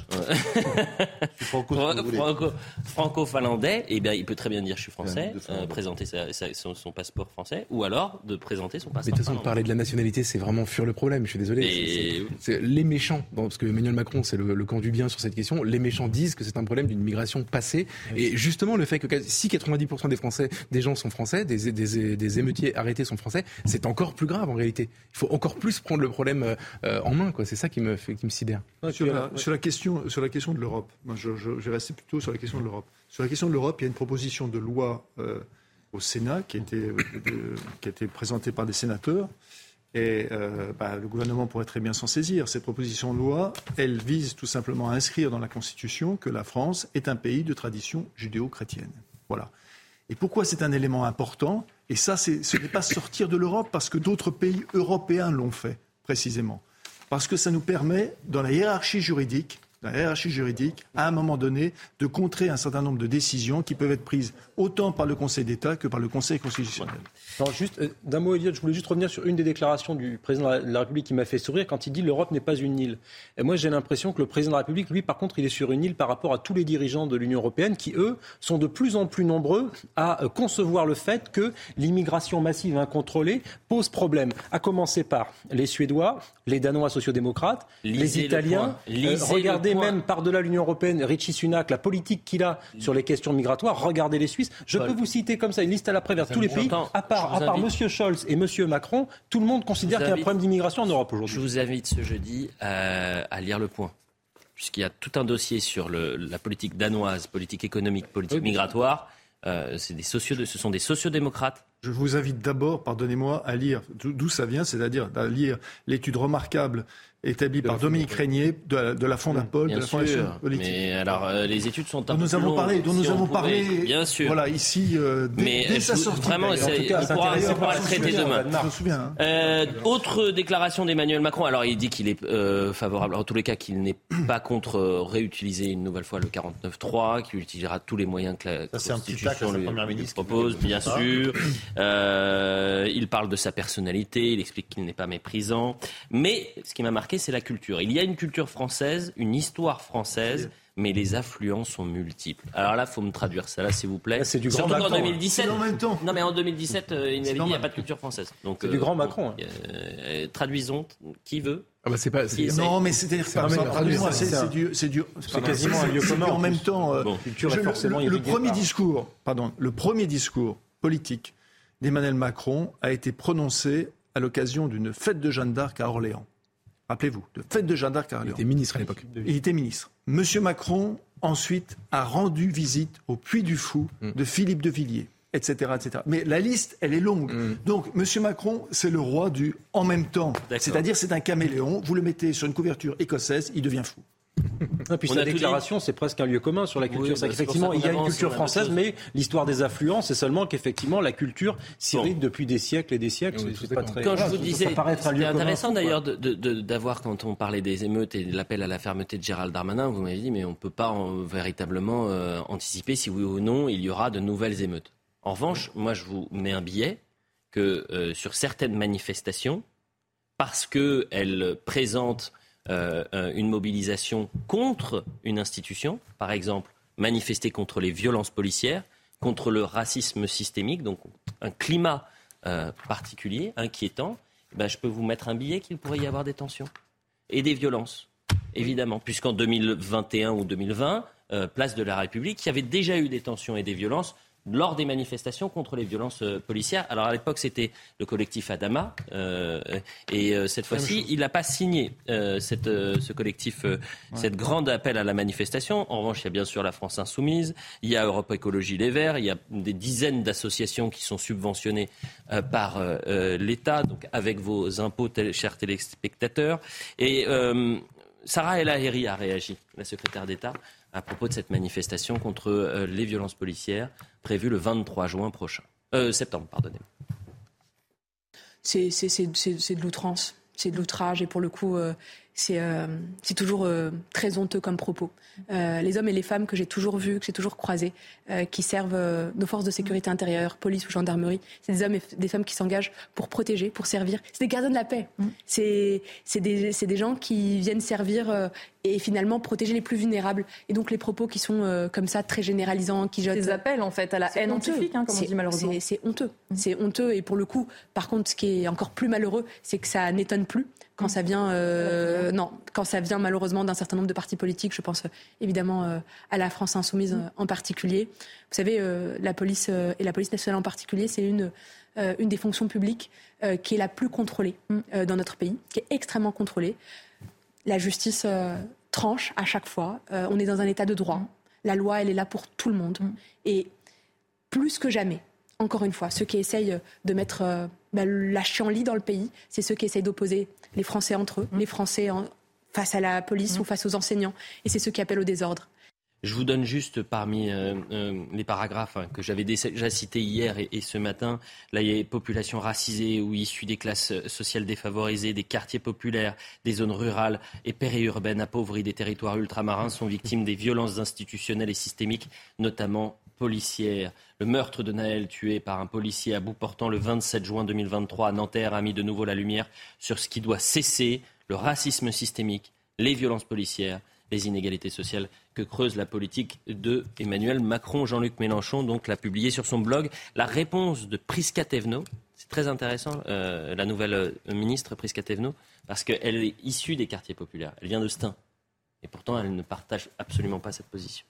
franco, franco, franco-finlandais, eh bien, il peut très bien dire je suis français, euh, présenter sa, sa, son, son passeport français, ou alors de présenter son passeport. Mais de toute façon, de parler de la nationalité, c'est vraiment fuir le problème. Je suis désolé. Et... C'est, c'est, c'est les méchants, bon, parce que Emmanuel Macron, c'est le, le camp du bien sur cette question. Les méchants disent que c'est un problème d'une migration passée, oui. Et justement le fait que si quatre-vingt-dix pour cent des Français, des gens sont français, des, des, des émeutiers arrêtés sont français, c'est encore plus grave en réalité. Il faut encore plus prendre le problème Euh, en main, quoi. C'est ça qui me, fait, qui me sidère. Sur la, sur, la question, sur la question de l'Europe, moi je, je, je vais rester plutôt sur la question de l'Europe. Sur la question de l'Europe, il y a une proposition de loi euh, au Sénat qui a, été, de, qui a été présentée par des sénateurs et euh, bah, le gouvernement pourrait très bien s'en saisir. Cette proposition de loi, elle vise tout simplement à inscrire dans la Constitution que la France est un pays de tradition judéo-chrétienne. Voilà. Et pourquoi c'est un élément important ? Et ça, c'est, ce n'est pas sortir de l'Europe parce que d'autres pays européens l'ont fait, précisément. Parce que ça nous permet, dans la hiérarchie juridique, dans la hiérarchie juridique, à un moment donné, de contrer un certain nombre de décisions qui peuvent être prises autant par le Conseil d'État que par le Conseil constitutionnel. Non, juste, euh, d'un mot, Elliot, je voulais juste revenir sur une des déclarations du président de la République qui m'a fait sourire quand il dit « l'Europe n'est pas une île ». Et moi, j'ai l'impression que le président de la République, lui, par contre, il est sur une île par rapport à tous les dirigeants de l'Union européenne qui, eux, sont de plus en plus nombreux à euh, concevoir le fait que l'immigration massive et incontrôlée pose problème. À commencer par les Suédois, les Danois sociodémocrates, Lisez les Italiens. Euh, regardez même par-delà l'Union européenne, Richie Sunak, la politique qu'il a sur les questions migratoires. Regardez les Suisses. Je Paul. peux vous citer comme ça une liste à la prévère tous les pays, à part, à part M. Scholz et M. Macron, tout le monde considère qu'il y a un problème d'immigration en Europe aujourd'hui. Je vous invite ce jeudi à, à lire Le Point, puisqu'il y a tout un dossier sur le, la politique danoise, politique économique, politique oui, migratoire. Euh, c'est des socio, ce sont des sociodémocrates. Je vous invite d'abord, pardonnez-moi, à lire d'où ça vient, c'est-à-dire à lire l'étude remarquable établi par Dominique Régnier de la, de la Fondapol, bien de la Fondation sûr, politique. Mais alors, euh, les études sont un dont peu nous plus avons longues, parlé, dont si nous on avons pouvait, parlé, bien sûr. Voilà, ici, euh, dès, mais dès sa sortie. Vraiment, c'est, cas, on pourra, on pourra le je traiter souviens, demain. Je me souviens. Hein. Euh, autre déclaration d'Emmanuel Macron. Alors, il dit qu'il est euh, favorable, en tous les cas, qu'il n'est pas contre euh, réutiliser une nouvelle fois le quarante-neuf trois, qu'il utilisera tous les moyens que la Ça, Constitution lui, lui propose, qui bien sûr. Euh, il parle de sa personnalité, il explique qu'il n'est pas méprisant. Mais ce qui m'a marqué, c'est la culture. Il y a une culture française, une histoire française, mais les affluents sont multiples. Alors là, il faut me traduire ça, là, s'il vous plaît. C'est du grand Surtout Macron. qu'en deux mille dix-sept, C'est en même temps. Non, mais en deux mille dix-sept, euh, il m'avait dit qu'il n'y a pas de culture française. Donc, c'est euh, du grand Macron. Euh, euh, traduisons, qui veut. Ah bah c'est pas, c'est... Non, mais c'est-à-dire que c'est, c'est, c'est du, c'est du, c'est, c'est quasiment un lieu commun. En même temps, euh, bon. culture je, est forcément le, le premier par. discours, pardon, le premier discours politique d'Emmanuel Macron a été prononcé à l'occasion d'une fête de Jeanne d'Arc à Orléans. Rappelez-vous, de fête de Jeanne d'Arc à Orléans. Il était ministre à l'époque. Il était ministre. Monsieur Macron, ensuite, a rendu visite au Puy du Fou de Philippe de Villiers, et cetera, et cetera. Mais la liste, elle est longue. Mm. Donc, Monsieur Macron, c'est le roi du « en même temps ». C'est-à-dire, c'est un caméléon. Vous le mettez sur une couverture écossaise, il devient fou. Et puis sa déclaration, c'est presque un lieu commun sur la culture. Oui, c'est bah, qu'effectivement, c'est il y a une culture française, mais l'histoire des affluents, c'est seulement qu'effectivement la culture s'irrite bon. depuis des siècles et des siècles. Oui, c'est, c'est pas très. Quand je vous disais, c'était intéressant commun, d'ailleurs de, de, de, d'avoir, quand on parlait des émeutes et de l'appel à la fermeté de Gérald Darmanin, vous m'avez dit, mais on ne peut pas en, véritablement euh, anticiper si oui ou non il y aura de nouvelles émeutes. En revanche, moi je vous mets un billet que euh, sur certaines manifestations, parce qu'elles présentent Euh, une mobilisation contre une institution, par exemple manifester contre les violences policières, contre le racisme systémique, donc un climat euh, particulier, inquiétant, ben, je peux vous mettre un billet qu'il pourrait y avoir des tensions et des violences, évidemment, puisqu'en deux mille vingt et un ou deux mille vingt, euh, place de la République, il y avait déjà eu des tensions et des violences lors des manifestations contre les violences euh, policières. Alors à l'époque, c'était le collectif Adama, euh, et euh, cette fois-ci, il n'a pas signé euh, cette, euh, ce collectif, euh, ouais. cette grande appel à la manifestation. En revanche, il y a bien sûr la France Insoumise, il y a Europe Écologie Les Verts, il y a des dizaines d'associations qui sont subventionnées euh, par euh, l'État, donc avec vos impôts, tel, chers téléspectateurs. Et euh, Sarah El Haïry a réagi, la secrétaire d'État, à propos de cette manifestation contre euh, les violences policières prévue le vingt-trois juin prochain. Euh, septembre, pardonnez-moi. C'est, c'est, c'est, c'est, c'est de l'outrance, c'est de l'outrage et pour le coup, euh, c'est, euh, c'est toujours euh, très honteux comme propos. Euh, les hommes et les femmes que j'ai toujours vus, que j'ai toujours croisés, euh, qui servent euh, nos forces de sécurité intérieure, police ou gendarmerie, c'est des hommes et des femmes qui s'engagent pour protéger, pour servir. C'est des gardiens de la paix. Mmh. C'est, c'est, des, c'est des gens qui viennent servir euh, et finalement protéger les plus vulnérables. Et donc les propos qui sont euh, comme ça, très généralisants, qui jettent... Des appels en fait à la haine antifique, hein, comme c'est, on dit malheureusement. C'est, c'est honteux. Mmh. C'est honteux et pour le coup, par contre, ce qui est encore plus malheureux, c'est que ça n'étonne plus quand ça vient, euh, non, quand ça vient malheureusement d'un certain nombre de partis politiques. Je pense euh, évidemment euh, à la France Insoumise euh, en particulier. Vous savez, euh, la police euh, et la police nationale en particulier, c'est une euh, une des fonctions publiques euh, qui est la plus contrôlée euh, dans notre pays, qui est extrêmement contrôlée. La justice euh, tranche à chaque fois. Euh, on est dans un état de droit. La loi, elle est là pour tout le monde. Et plus que jamais, encore une fois, ceux qui essayent de mettre euh, bah, la chienlit dans le pays, c'est ceux qui essayent d'opposer les Français entre eux, mmh. les Français en, face à la police mmh. ou face aux enseignants. Et c'est ceux qui appellent au désordre. Je vous donne juste parmi euh, euh, les paragraphes hein, que j'avais déjà cités hier et, et ce matin. Là, il y a populations racisées ou issues des classes sociales défavorisées, des quartiers populaires, des zones rurales et périurbaines appauvries, des territoires ultramarins sont victimes des violences institutionnelles et systémiques, notamment policière. Le meurtre de Nahel, tué par un policier à bout portant le vingt-sept juin deux mille vingt-trois à Nanterre, a mis de nouveau la lumière sur ce qui doit cesser, le racisme systémique, les violences policières, les inégalités sociales que creuse la politique de Emmanuel Macron. Jean-Luc Mélenchon donc l'a publié sur son blog. La réponse de Prisca Thévenot, c'est très intéressant, euh, la nouvelle euh, ministre Prisca Thévenot, parce qu'elle est issue des quartiers populaires. Elle vient de Stein. Et pourtant, elle ne partage absolument pas cette position.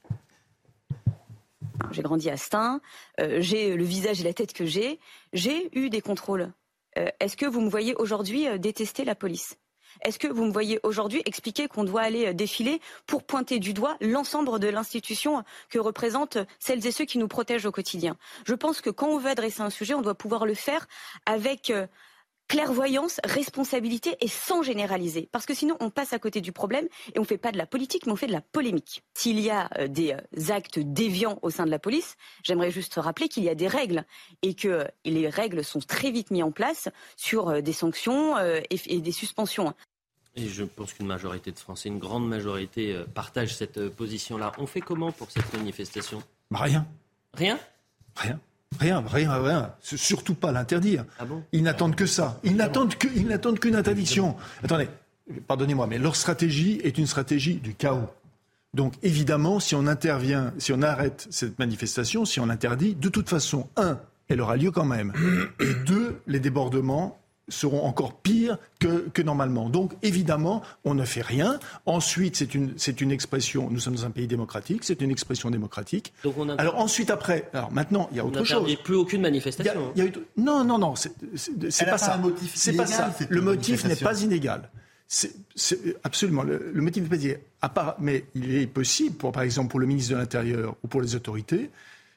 J'ai grandi à Stein, euh, j'ai le visage et la tête que j'ai, j'ai eu des contrôles. Euh, est-ce que vous me voyez aujourd'hui euh, détester la police ? Est-ce que vous me voyez aujourd'hui expliquer qu'on doit aller euh, défiler pour pointer du doigt l'ensemble de l'institution que représentent celles et ceux qui nous protègent au quotidien ? Je pense que quand on veut adresser un sujet, on doit pouvoir le faire avec... Euh, clairvoyance, responsabilité et sans généraliser. Parce que sinon, on passe à côté du problème et on ne fait pas de la politique, mais on fait de la polémique. S'il y a euh, des euh, actes déviants au sein de la police, j'aimerais juste rappeler qu'il y a des règles et que euh, les règles sont très vite mises en place sur euh, des sanctions euh, et, et des suspensions. Et je pense qu'une majorité de Français, une grande majorité, euh, partage cette euh, position-là. On fait comment pour cette manifestation ? Bah rien. Rien ? Rien. Rien, rien, rien. Surtout pas l'interdire. Ah bon ? Ils n'attendent que ça. Ils n'attendent que, ils n'attendent qu'une interdiction. Attendez, pardonnez-moi, mais leur stratégie est une stratégie du chaos. Donc évidemment, si on intervient, si on arrête cette manifestation, si on interdit, de toute façon, un, elle aura lieu quand même. Et deux, les débordements seront encore pires que, que normalement. Donc, évidemment, on ne fait rien. Ensuite, c'est une, c'est une expression, nous sommes dans un pays démocratique, c'est une expression démocratique. Donc on alors ensuite, après, alors maintenant, il y a autre chose. Il n'y a plus aucune manifestation. Il y a, il y a eu, non, non, non, c'est, c'est, c'est pas, pas ça. C'est pas ça. Le motif n'est pas inégal. C'est, c'est absolument, le, le motif n'est pas inégal. À part, mais il est possible, pour, par exemple, pour le ministre de l'Intérieur ou pour les autorités,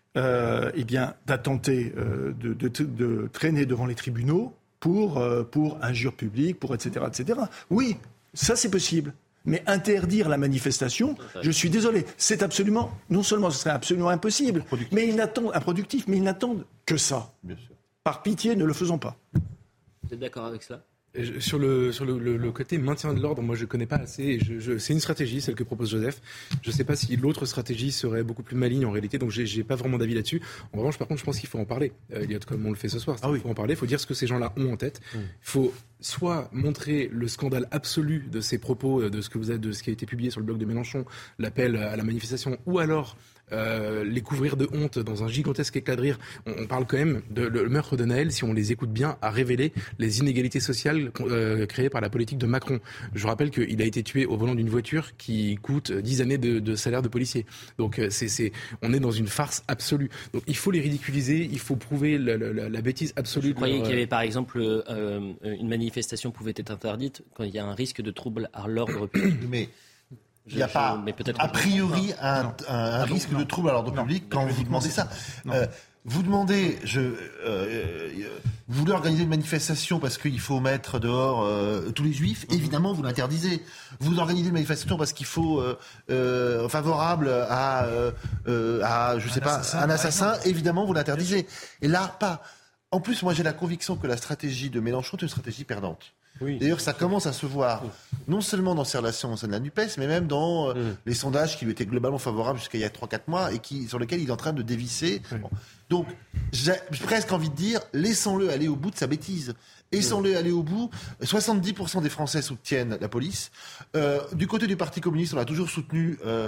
euh, eh bien, d'attenter, euh, de, de, de, de traîner devant les tribunaux pour, euh, pour injure publique, pour et cetera, et cetera. Oui, ça c'est possible. Mais interdire la manifestation, je suis désolé, c'est absolument, non seulement ce serait absolument impossible, mais ils n'attendent, improductif, mais ils n'attendent que ça. Bien sûr. Par pitié, ne le faisons pas. Vous êtes d'accord avec cela ? Sur le, sur le, le, le côté maintien de l'ordre, moi je ne connais pas assez. Je, je, c'est une stratégie, celle que propose Joseph. Je ne sais pas si l'autre stratégie serait beaucoup plus maligne en réalité, donc j'ai, j'ai pas vraiment d'avis là-dessus. En revanche, par contre, je pense qu'il faut en parler. Euh, Elliot, comme on le fait ce soir, ah oui. Il faut en parler, il faut dire ce que ces gens-là ont en tête. Il mmh. faut soit montrer le scandale absolu de ces propos, de ce, que vous avez, de ce qui a été publié sur le blog de Mélenchon, l'appel à la manifestation, ou alors Euh, les couvrir de honte dans un gigantesque éclat de rire. On, on parle quand même de le meurtre de Naël, si on les écoute bien, a révélé les inégalités sociales euh, créées par la politique de Macron. Je rappelle qu'il a été tué au volant d'une voiture qui coûte dix années de, de salaire de policier. Donc c'est, c'est, on est dans une farce absolue. Donc il faut les ridiculiser, il faut prouver la, la, la bêtise absolue. Vous croyez leur... qu'il y avait par exemple euh, une manifestation pouvait être interdite quand il y a un risque de trouble à l'ordre public? Mais il n'y a je, pas, a priori, un, un, un risque bon, de trouble à l'ordre non, public quand vous demandez ça. Euh, vous demandez, je, euh, euh, vous voulez organiser une manifestation parce qu'il faut mettre dehors euh, tous les juifs, mm-hmm. évidemment vous l'interdisez. Vous organisez une manifestation parce qu'il faut euh, euh, favorable à, euh, à, je sais un pas, assassin, un assassin, évidemment vous l'interdisez. Et là, pas. En plus, moi j'ai la conviction que la stratégie de Mélenchon est une stratégie perdante. Oui. D'ailleurs, ça commence à se voir, non seulement dans ses relations au sein de la NUPES, mais même dans euh, mmh. les sondages qui lui étaient globalement favorables jusqu'à il y a trois quatre mois et qui, sur lesquels il est en train de dévisser. Oui. Bon. Donc, j'ai presque envie de dire, laissons-le aller au bout de sa bêtise. Laissons-le mmh. aller au bout. soixante-dix pour cent des Français soutiennent la police. Euh, du côté du Parti communiste, on a toujours soutenu euh,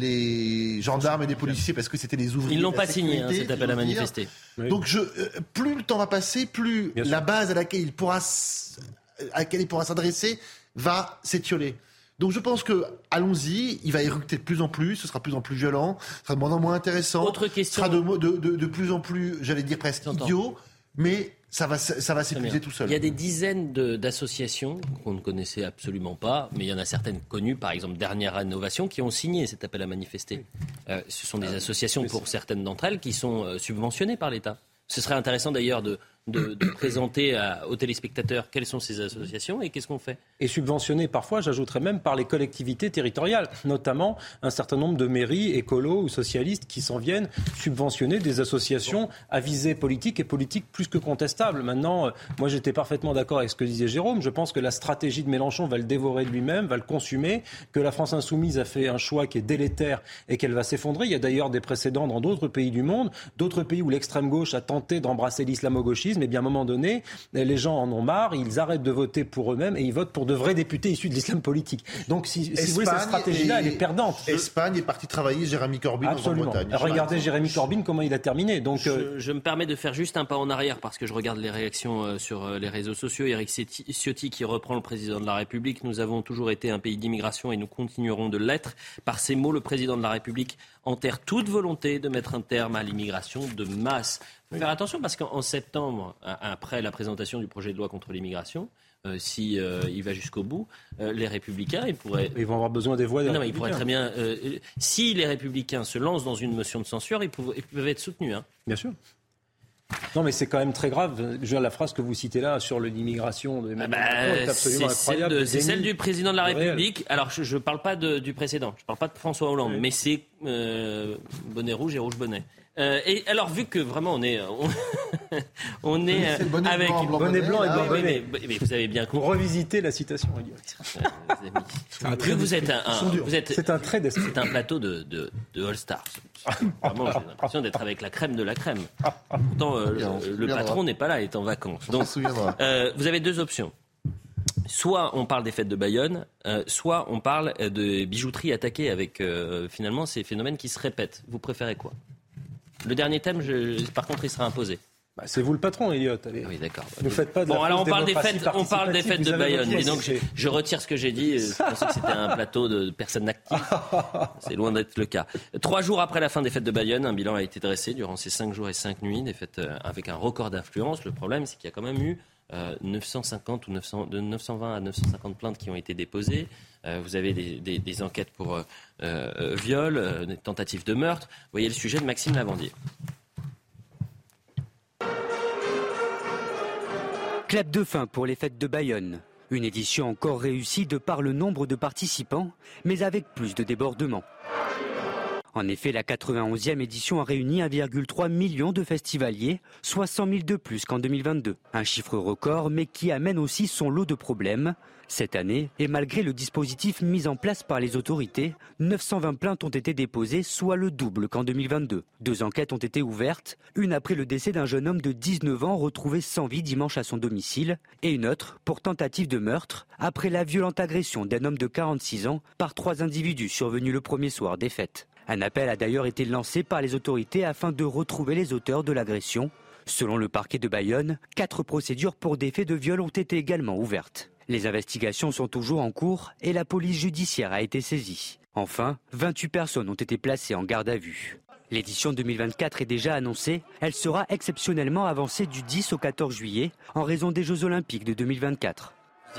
les gendarmes et les policiers parce que c'était les ouvriers. Ils n'ont pas signé hein, cet appel à manifester. Oui. Donc, je, euh, plus le temps va passer, plus Bien la sûr. base à laquelle il pourra... à laquelle il pourra s'adresser, va s'étioler. Donc je pense que, allons-y, il va éructer de plus en plus, ce sera de plus en plus violent, ce sera de moins en moins intéressant, Autre question. ce sera de, de, de, de plus en plus, j'allais dire presque J'entends. idiot, mais ça va, ça va s'épuiser tout seul. Il y a des dizaines de, d'associations qu'on ne connaissait absolument pas, mais il y en a certaines connues, par exemple Dernière Innovation, qui ont signé cet appel à manifester. Euh, ce sont des associations, pour certaines d'entre elles, qui sont euh, subventionnées par l'État. Ce serait intéressant d'ailleurs de, de, de présenter à, aux téléspectateurs quelles sont ces associations et qu'est-ce qu'on fait. Et subventionnées parfois, j'ajouterais même par les collectivités territoriales, notamment un certain nombre de mairies écolos ou socialistes qui s'en viennent subventionner des associations à visée politique et politique plus que contestable. Maintenant, moi j'étais parfaitement d'accord avec ce que disait Jérôme. Je pense que la stratégie de Mélenchon va le dévorer de lui-même, va le consumer, que la France insoumise a fait un choix qui est délétère et qu'elle va s'effondrer. Il y a d'ailleurs des précédents dans d'autres pays du monde, d'autres pays où l'extrême gauche a tenté d'embrasser l'islamo-gauchisme, et bien à un moment donné, les gens en ont marre, ils arrêtent de voter pour eux-mêmes et ils votent pour de vrais députés issus de l'islam politique. Donc si, si vous voulez, cette stratégie-là, elle est perdante. Espagne est parti travailler Jérémy Corbyn en Bretagne. Regardez Jérémy Corbyn, comment il a terminé. Donc, je, euh... je me permets de faire juste un pas en arrière parce que je regarde les réactions euh, sur euh, les réseaux sociaux. Éric Ciotti qui reprend le président de la République. Nous avons toujours été un pays d'immigration et nous continuerons de l'être. Par ces mots, le président de la République enterre toute volonté de mettre un terme à l'immigration de masse. Il faut faire attention parce qu'en septembre, après la présentation du projet de loi contre l'immigration, euh, si euh, il va jusqu'au bout, euh, les Républicains, ils pourraient... Ils vont avoir besoin des voix des Non, mais ils pourraient très bien... Euh, si les Républicains se lancent dans une motion de censure, ils peuvent, ils peuvent être soutenus. Hein. Bien sûr. Non, mais c'est quand même très grave. Je veux dire, la phrase que vous citez là sur l'immigration de Emmanuel bah, Macron est absolument c'est incroyable. Celle de, c'est celle du président de la République. Réel. Alors, je ne parle pas de, du précédent, je ne parle pas de François Hollande, oui. mais c'est euh, bonnet rouge et rouge bonnet. Euh, et alors, vu que vraiment on est, on, on est euh, bonnet avec blanc, blanc, bonnet blanc et blanc bonnet. Mais, mais, mais vous avez bien compris. Pour revisiter la citation. C'est un trait vous êtes un, un vous êtes, c'est un trait d'esprit. C'est un plateau de, de, de All-Star. Vraiment, j'ai l'impression d'être avec la crème de la crème. Pourtant, euh, bien, le, le patron n'est pas là, il est en vacances. Donc, euh, vous avez deux options. Soit on parle des fêtes de Bayonne, euh, soit on parle de bijouterie attaquée avec euh, finalement ces phénomènes qui se répètent. Vous préférez quoi ? Le dernier thème, je, par contre, il sera imposé. Bah, c'est vous le patron, Elliot. Allez. Oui, d'accord. Ne faites pas de bon, la alors on parle des fêtes, on parle des fêtes de Bayonne. Et donc, je, je, je retire ce que j'ai dit. Je pensais que c'était un plateau de personnes actives. C'est loin d'être le cas. Trois jours après la fin des fêtes de Bayonne, un bilan a été dressé durant ces cinq jours et cinq nuits, des fêtes avec un record d'influence. Le problème, c'est qu'il y a quand même eu euh, neuf cent cinquante ou neuf cents, de neuf cent vingt à neuf cent cinquante plaintes qui ont été déposées. Euh, vous avez des, des, des enquêtes pour euh, euh, viol, euh, des tentatives de meurtre. Vous voyez le sujet de Maxime Lavandier. Clap de fin pour les fêtes de Bayonne. Une édition encore réussie de par le nombre de participants, mais avec plus de débordements. En effet, la quatre-vingt-onzième édition a réuni un virgule trois million de festivaliers, soit cent mille de plus qu'en deux mille vingt-deux. Un chiffre record, mais qui amène aussi son lot de problèmes. Cette année, et malgré le dispositif mis en place par les autorités, neuf cent vingt plaintes ont été déposées, soit le double qu'en deux mille vingt-deux. Deux enquêtes ont été ouvertes, une après le décès d'un jeune homme de dix-neuf ans retrouvé sans vie dimanche à son domicile, et une autre pour tentative de meurtre, après la violente agression d'un homme de quarante-six ans par trois individus survenus le premier soir des fêtes. Un appel a d'ailleurs été lancé par les autorités afin de retrouver les auteurs de l'agression. Selon le parquet de Bayonne, quatre procédures pour des faits de viol ont été également ouvertes. Les investigations sont toujours en cours et la police judiciaire a été saisie. Enfin, vingt-huit personnes ont été placées en garde à vue. L'édition deux mille vingt-quatre est déjà annoncée. Elle sera exceptionnellement avancée du dix au quatorze juillet en raison des Jeux Olympiques de deux mille vingt-quatre.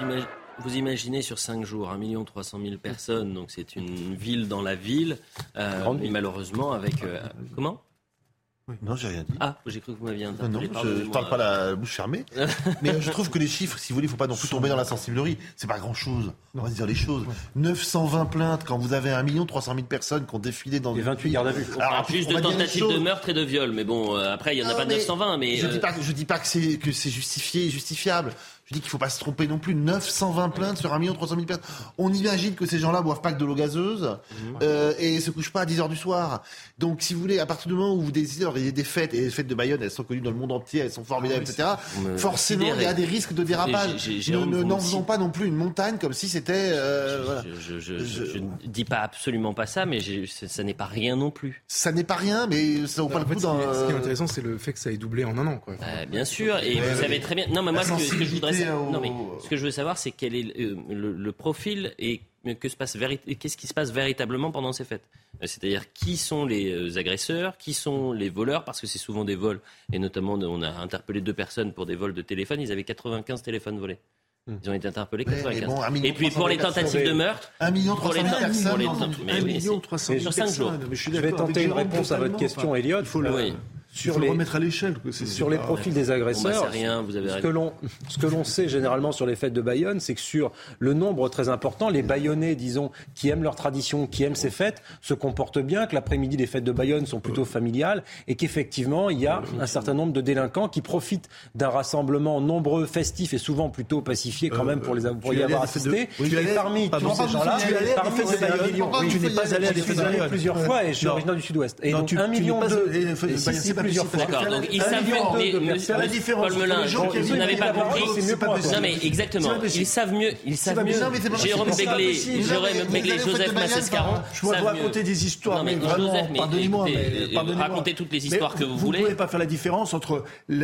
Vous imaginez sur cinq jours un million trois cent mille personnes, donc c'est une ville dans la ville, euh, mais malheureusement avec... Euh, comment ? Oui. Non, j'ai rien dit. Ah, j'ai cru que vous m'aviez interpellé. Non, non, je ne parle pas la bouche fermée. Mais je trouve que les chiffres, si vous voulez, il ne faut pas non plus tomber dans la sensiblerie. C'est pas grand-chose. On va se dire les choses. Ouais. neuf cent vingt plaintes quand vous avez un million trois cent mille personnes qui ont défilé dans... Les vingt-huit gardes à vue. Alors, plus de tentatives de meurtre et de viol. Mais bon, euh, après, il n'y en a non, pas neuf cent vingt. Mais, je ne euh... dis pas, je dis pas que c'est, que c'est justifié et justifiable. Je dis qu'il ne faut pas se tromper non plus. neuf cent vingt plaintes sur un million trois cent mille personnes. On imagine que ces gens-là boivent pas que de l'eau gazeuse mmh. euh, et se couchent pas à dix heures du soir. Donc, si vous voulez, à partir du moment où vous décidez d'organiser des fêtes, et les fêtes de Bayonne, elles sont connues dans le monde entier, elles sont formidables, ah oui, et cetera. Forcément, il y a des risques de dérapage. J'ai, j'ai, j'ai ne, n'en faisons pas non plus une montagne comme si c'était... Euh, voilà. je, je, je, je, je ne dis pas absolument pas ça, mais j'ai, ça n'est pas rien non plus. Ça n'est pas rien, mais ça vaut pas le coup dans... Ce qui est intéressant, c'est le fait que ça ait doublé en un an. Quoi. Euh, bien sûr, et ouais, vous savez très bien... Non, mais moi, ce que, ce que je voudrais... Au... Non, mais... Ce que je veux savoir, c'est quel est le, le, le profil et que se passe véri- qu'est-ce qui se passe véritablement pendant ces fêtes. C'est-à-dire qui sont les agresseurs, qui sont les voleurs, parce que c'est souvent des vols. Et notamment, on a interpellé deux personnes pour des vols de téléphone. Ils avaient quatre-vingt-quinze téléphones volés. Ils ont été interpellés quatre-vingt-quinze. Bon, et puis pour les tentatives de meurtre, un million trois cent mille personnes, un million trois cent mille sur cinq jours. Je vais tenter une réponse à votre question, Elliot. Il faut le Sur il faut les, le remettre à l'échelle. C'est, sur c'est les pas... profils des agresseurs, bon bah c'est rien, vous avez ce, que l'on, ce que l'on sait généralement sur les fêtes de Bayonne, c'est que sur le nombre très important, les Bayonnais, disons, qui aiment leur tradition, qui aiment ces fêtes, se comportent bien, que l'après-midi des fêtes de Bayonne sont plutôt familiales et qu'effectivement, il y a un certain nombre de délinquants qui profitent d'un rassemblement nombreux, festif et souvent plutôt pacifié quand même pour, les, pour y avoir assisté. Oui, et parmi tous ces gens-là, parmi ces Bayonne, tu n'es pas allé à des fêtes de Bayonne plusieurs fois et je suis originaire du Sud-Ouest. Et donc un million deux, et plusieurs fois. Ils savent mieux, mais c'est la différence. Paul Melun, vous n'avez pas compris. Non mais exactement, ils savent mieux, ils savent mieux. Jérôme Béglé, Jérôme Béglé, Joseph Massescaron. Je dois vous raconter des histoires, mais vraiment, pardonnez-moi, racontez toutes les histoires que vous voulez. Vous ne pouvez pas faire la différence entre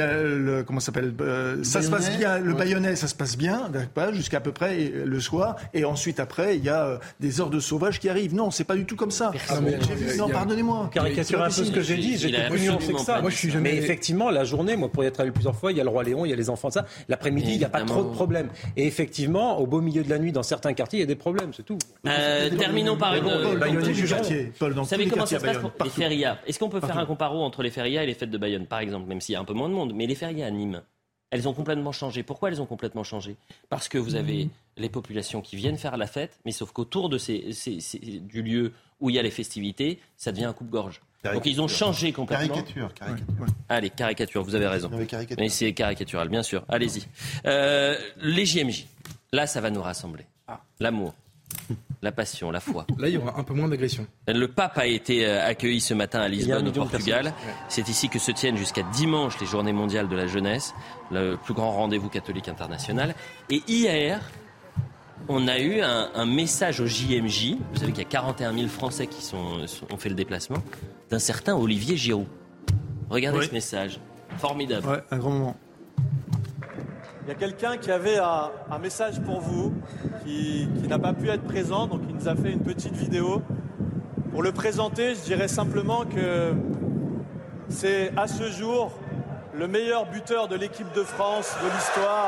le comment ça s'appelle, ça se passe bien, le Bayonnais, ça se passe bien, jusqu'à peu près le soir, et ensuite après il y a des heures de sauvage qui arrivent. Non, c'est pas du tout comme ça. Non, pardonnez-moi. Caricaturez un peu ce que j'ai dit. J'étais puni en sexe ça. Moi, je suis jamais... Mais effectivement, la journée, moi, pour y être allé plusieurs fois, il y a le Roi Léon, il y a les enfants de ça. L'après-midi, il n'y a pas trop de problèmes. Et effectivement, au beau milieu de la nuit, dans certains quartiers, il y a des problèmes, c'est tout. Euh, terminons par une... Vous Vous savez comment ça se passe pour les férias? Est-ce qu'on peut faire un comparo entre les férias et les fêtes de Bayonne, par exemple, même s'il y a un peu moins de monde? Mais les férias à Nîmes, elles ont complètement changé. Pourquoi elles ont complètement changé? Parce que vous avez les populations qui viennent faire la fête, mais sauf qu'autour de ces, ces, ces, du lieu où il y a les festivités, ça devient un coupe-gorge. Donc ils ont changé complètement. Caricature, caricature. Ouais. Allez, caricature, vous avez raison. Mais c'est caricatural, bien sûr. Allez-y. Euh, les J M J, là, ça va nous rassembler. Ah. L'amour. La passion, la foi. Là, il y aura un peu moins d'agression. Le pape a été accueilli ce matin à Lisbonne, au Portugal. C'est ici que se tiennent jusqu'à dimanche les Journées mondiales de la jeunesse, le plus grand rendez-vous catholique international. Et hier, on a eu un, un message au J M J. Vous savez qu'il y a quarante et un mille Français qui sont, sont, ont fait le déplacement, d'un certain Olivier Giroud. Regardez oui. ce message. Formidable. Ouais, un grand moment. Il y a quelqu'un qui avait un, un message pour vous, qui, qui n'a pas pu être présent, donc il nous a fait une petite vidéo. Pour le présenter, je dirais simplement que c'est à ce jour le meilleur buteur de l'équipe de France de l'histoire.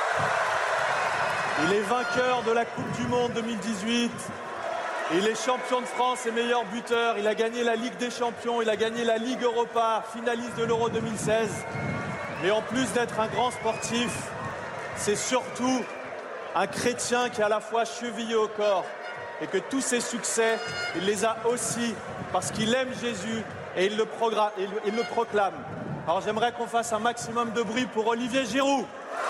Il est vainqueur de la Coupe du Monde deux mille dix-huit. Il est champion de France et meilleur buteur. Il a gagné la Ligue des Champions, il a gagné la Ligue Europa, finaliste de l'Euro deux mille seize. Mais en plus d'être un grand sportif, c'est surtout un chrétien qui est à la fois chevillé au corps et que tous ses succès, il les a aussi parce qu'il aime Jésus et il le, progra- il, il le proclame. Alors j'aimerais qu'on fasse un maximum de bruit pour Olivier Giroud.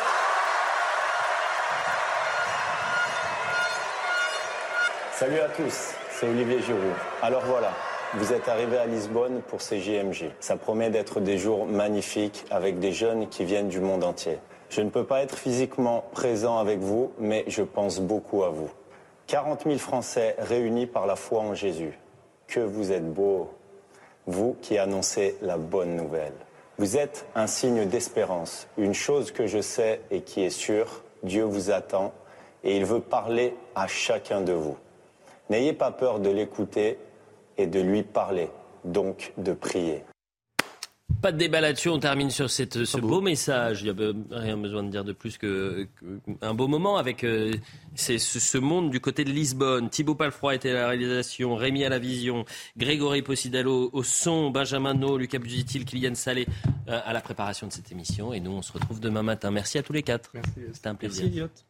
Salut à tous, c'est Olivier Giroud. Alors voilà, vous êtes arrivés à Lisbonne pour ces J M J. Ça promet d'être des jours magnifiques avec des jeunes qui viennent du monde entier. Je ne peux pas être physiquement présent avec vous, mais je pense beaucoup à vous. quarante mille Français réunis par la foi en Jésus. Que vous êtes beaux, vous qui annoncez la bonne nouvelle. Vous êtes un signe d'espérance. Une chose que je sais et qui est sûre, Dieu vous attend et il veut parler à chacun de vous. N'ayez pas peur de l'écouter et de lui parler, donc de prier. Pas de débat là-dessus, on termine sur cette, ce beau message. Il n'y a rien besoin de dire de plus que, que un beau moment avec euh, c'est ce, ce monde du côté de Lisbonne. Thibaut Palfroy était à la réalisation, Rémi à la vision, Grégory Possidalo au son, Benjamin No, Lucas Busitil, Kylian Salé euh, à la préparation de cette émission. Et nous, on se retrouve demain matin. Merci à tous les quatre. Merci. C'était un plaisir. Merci, Elliot.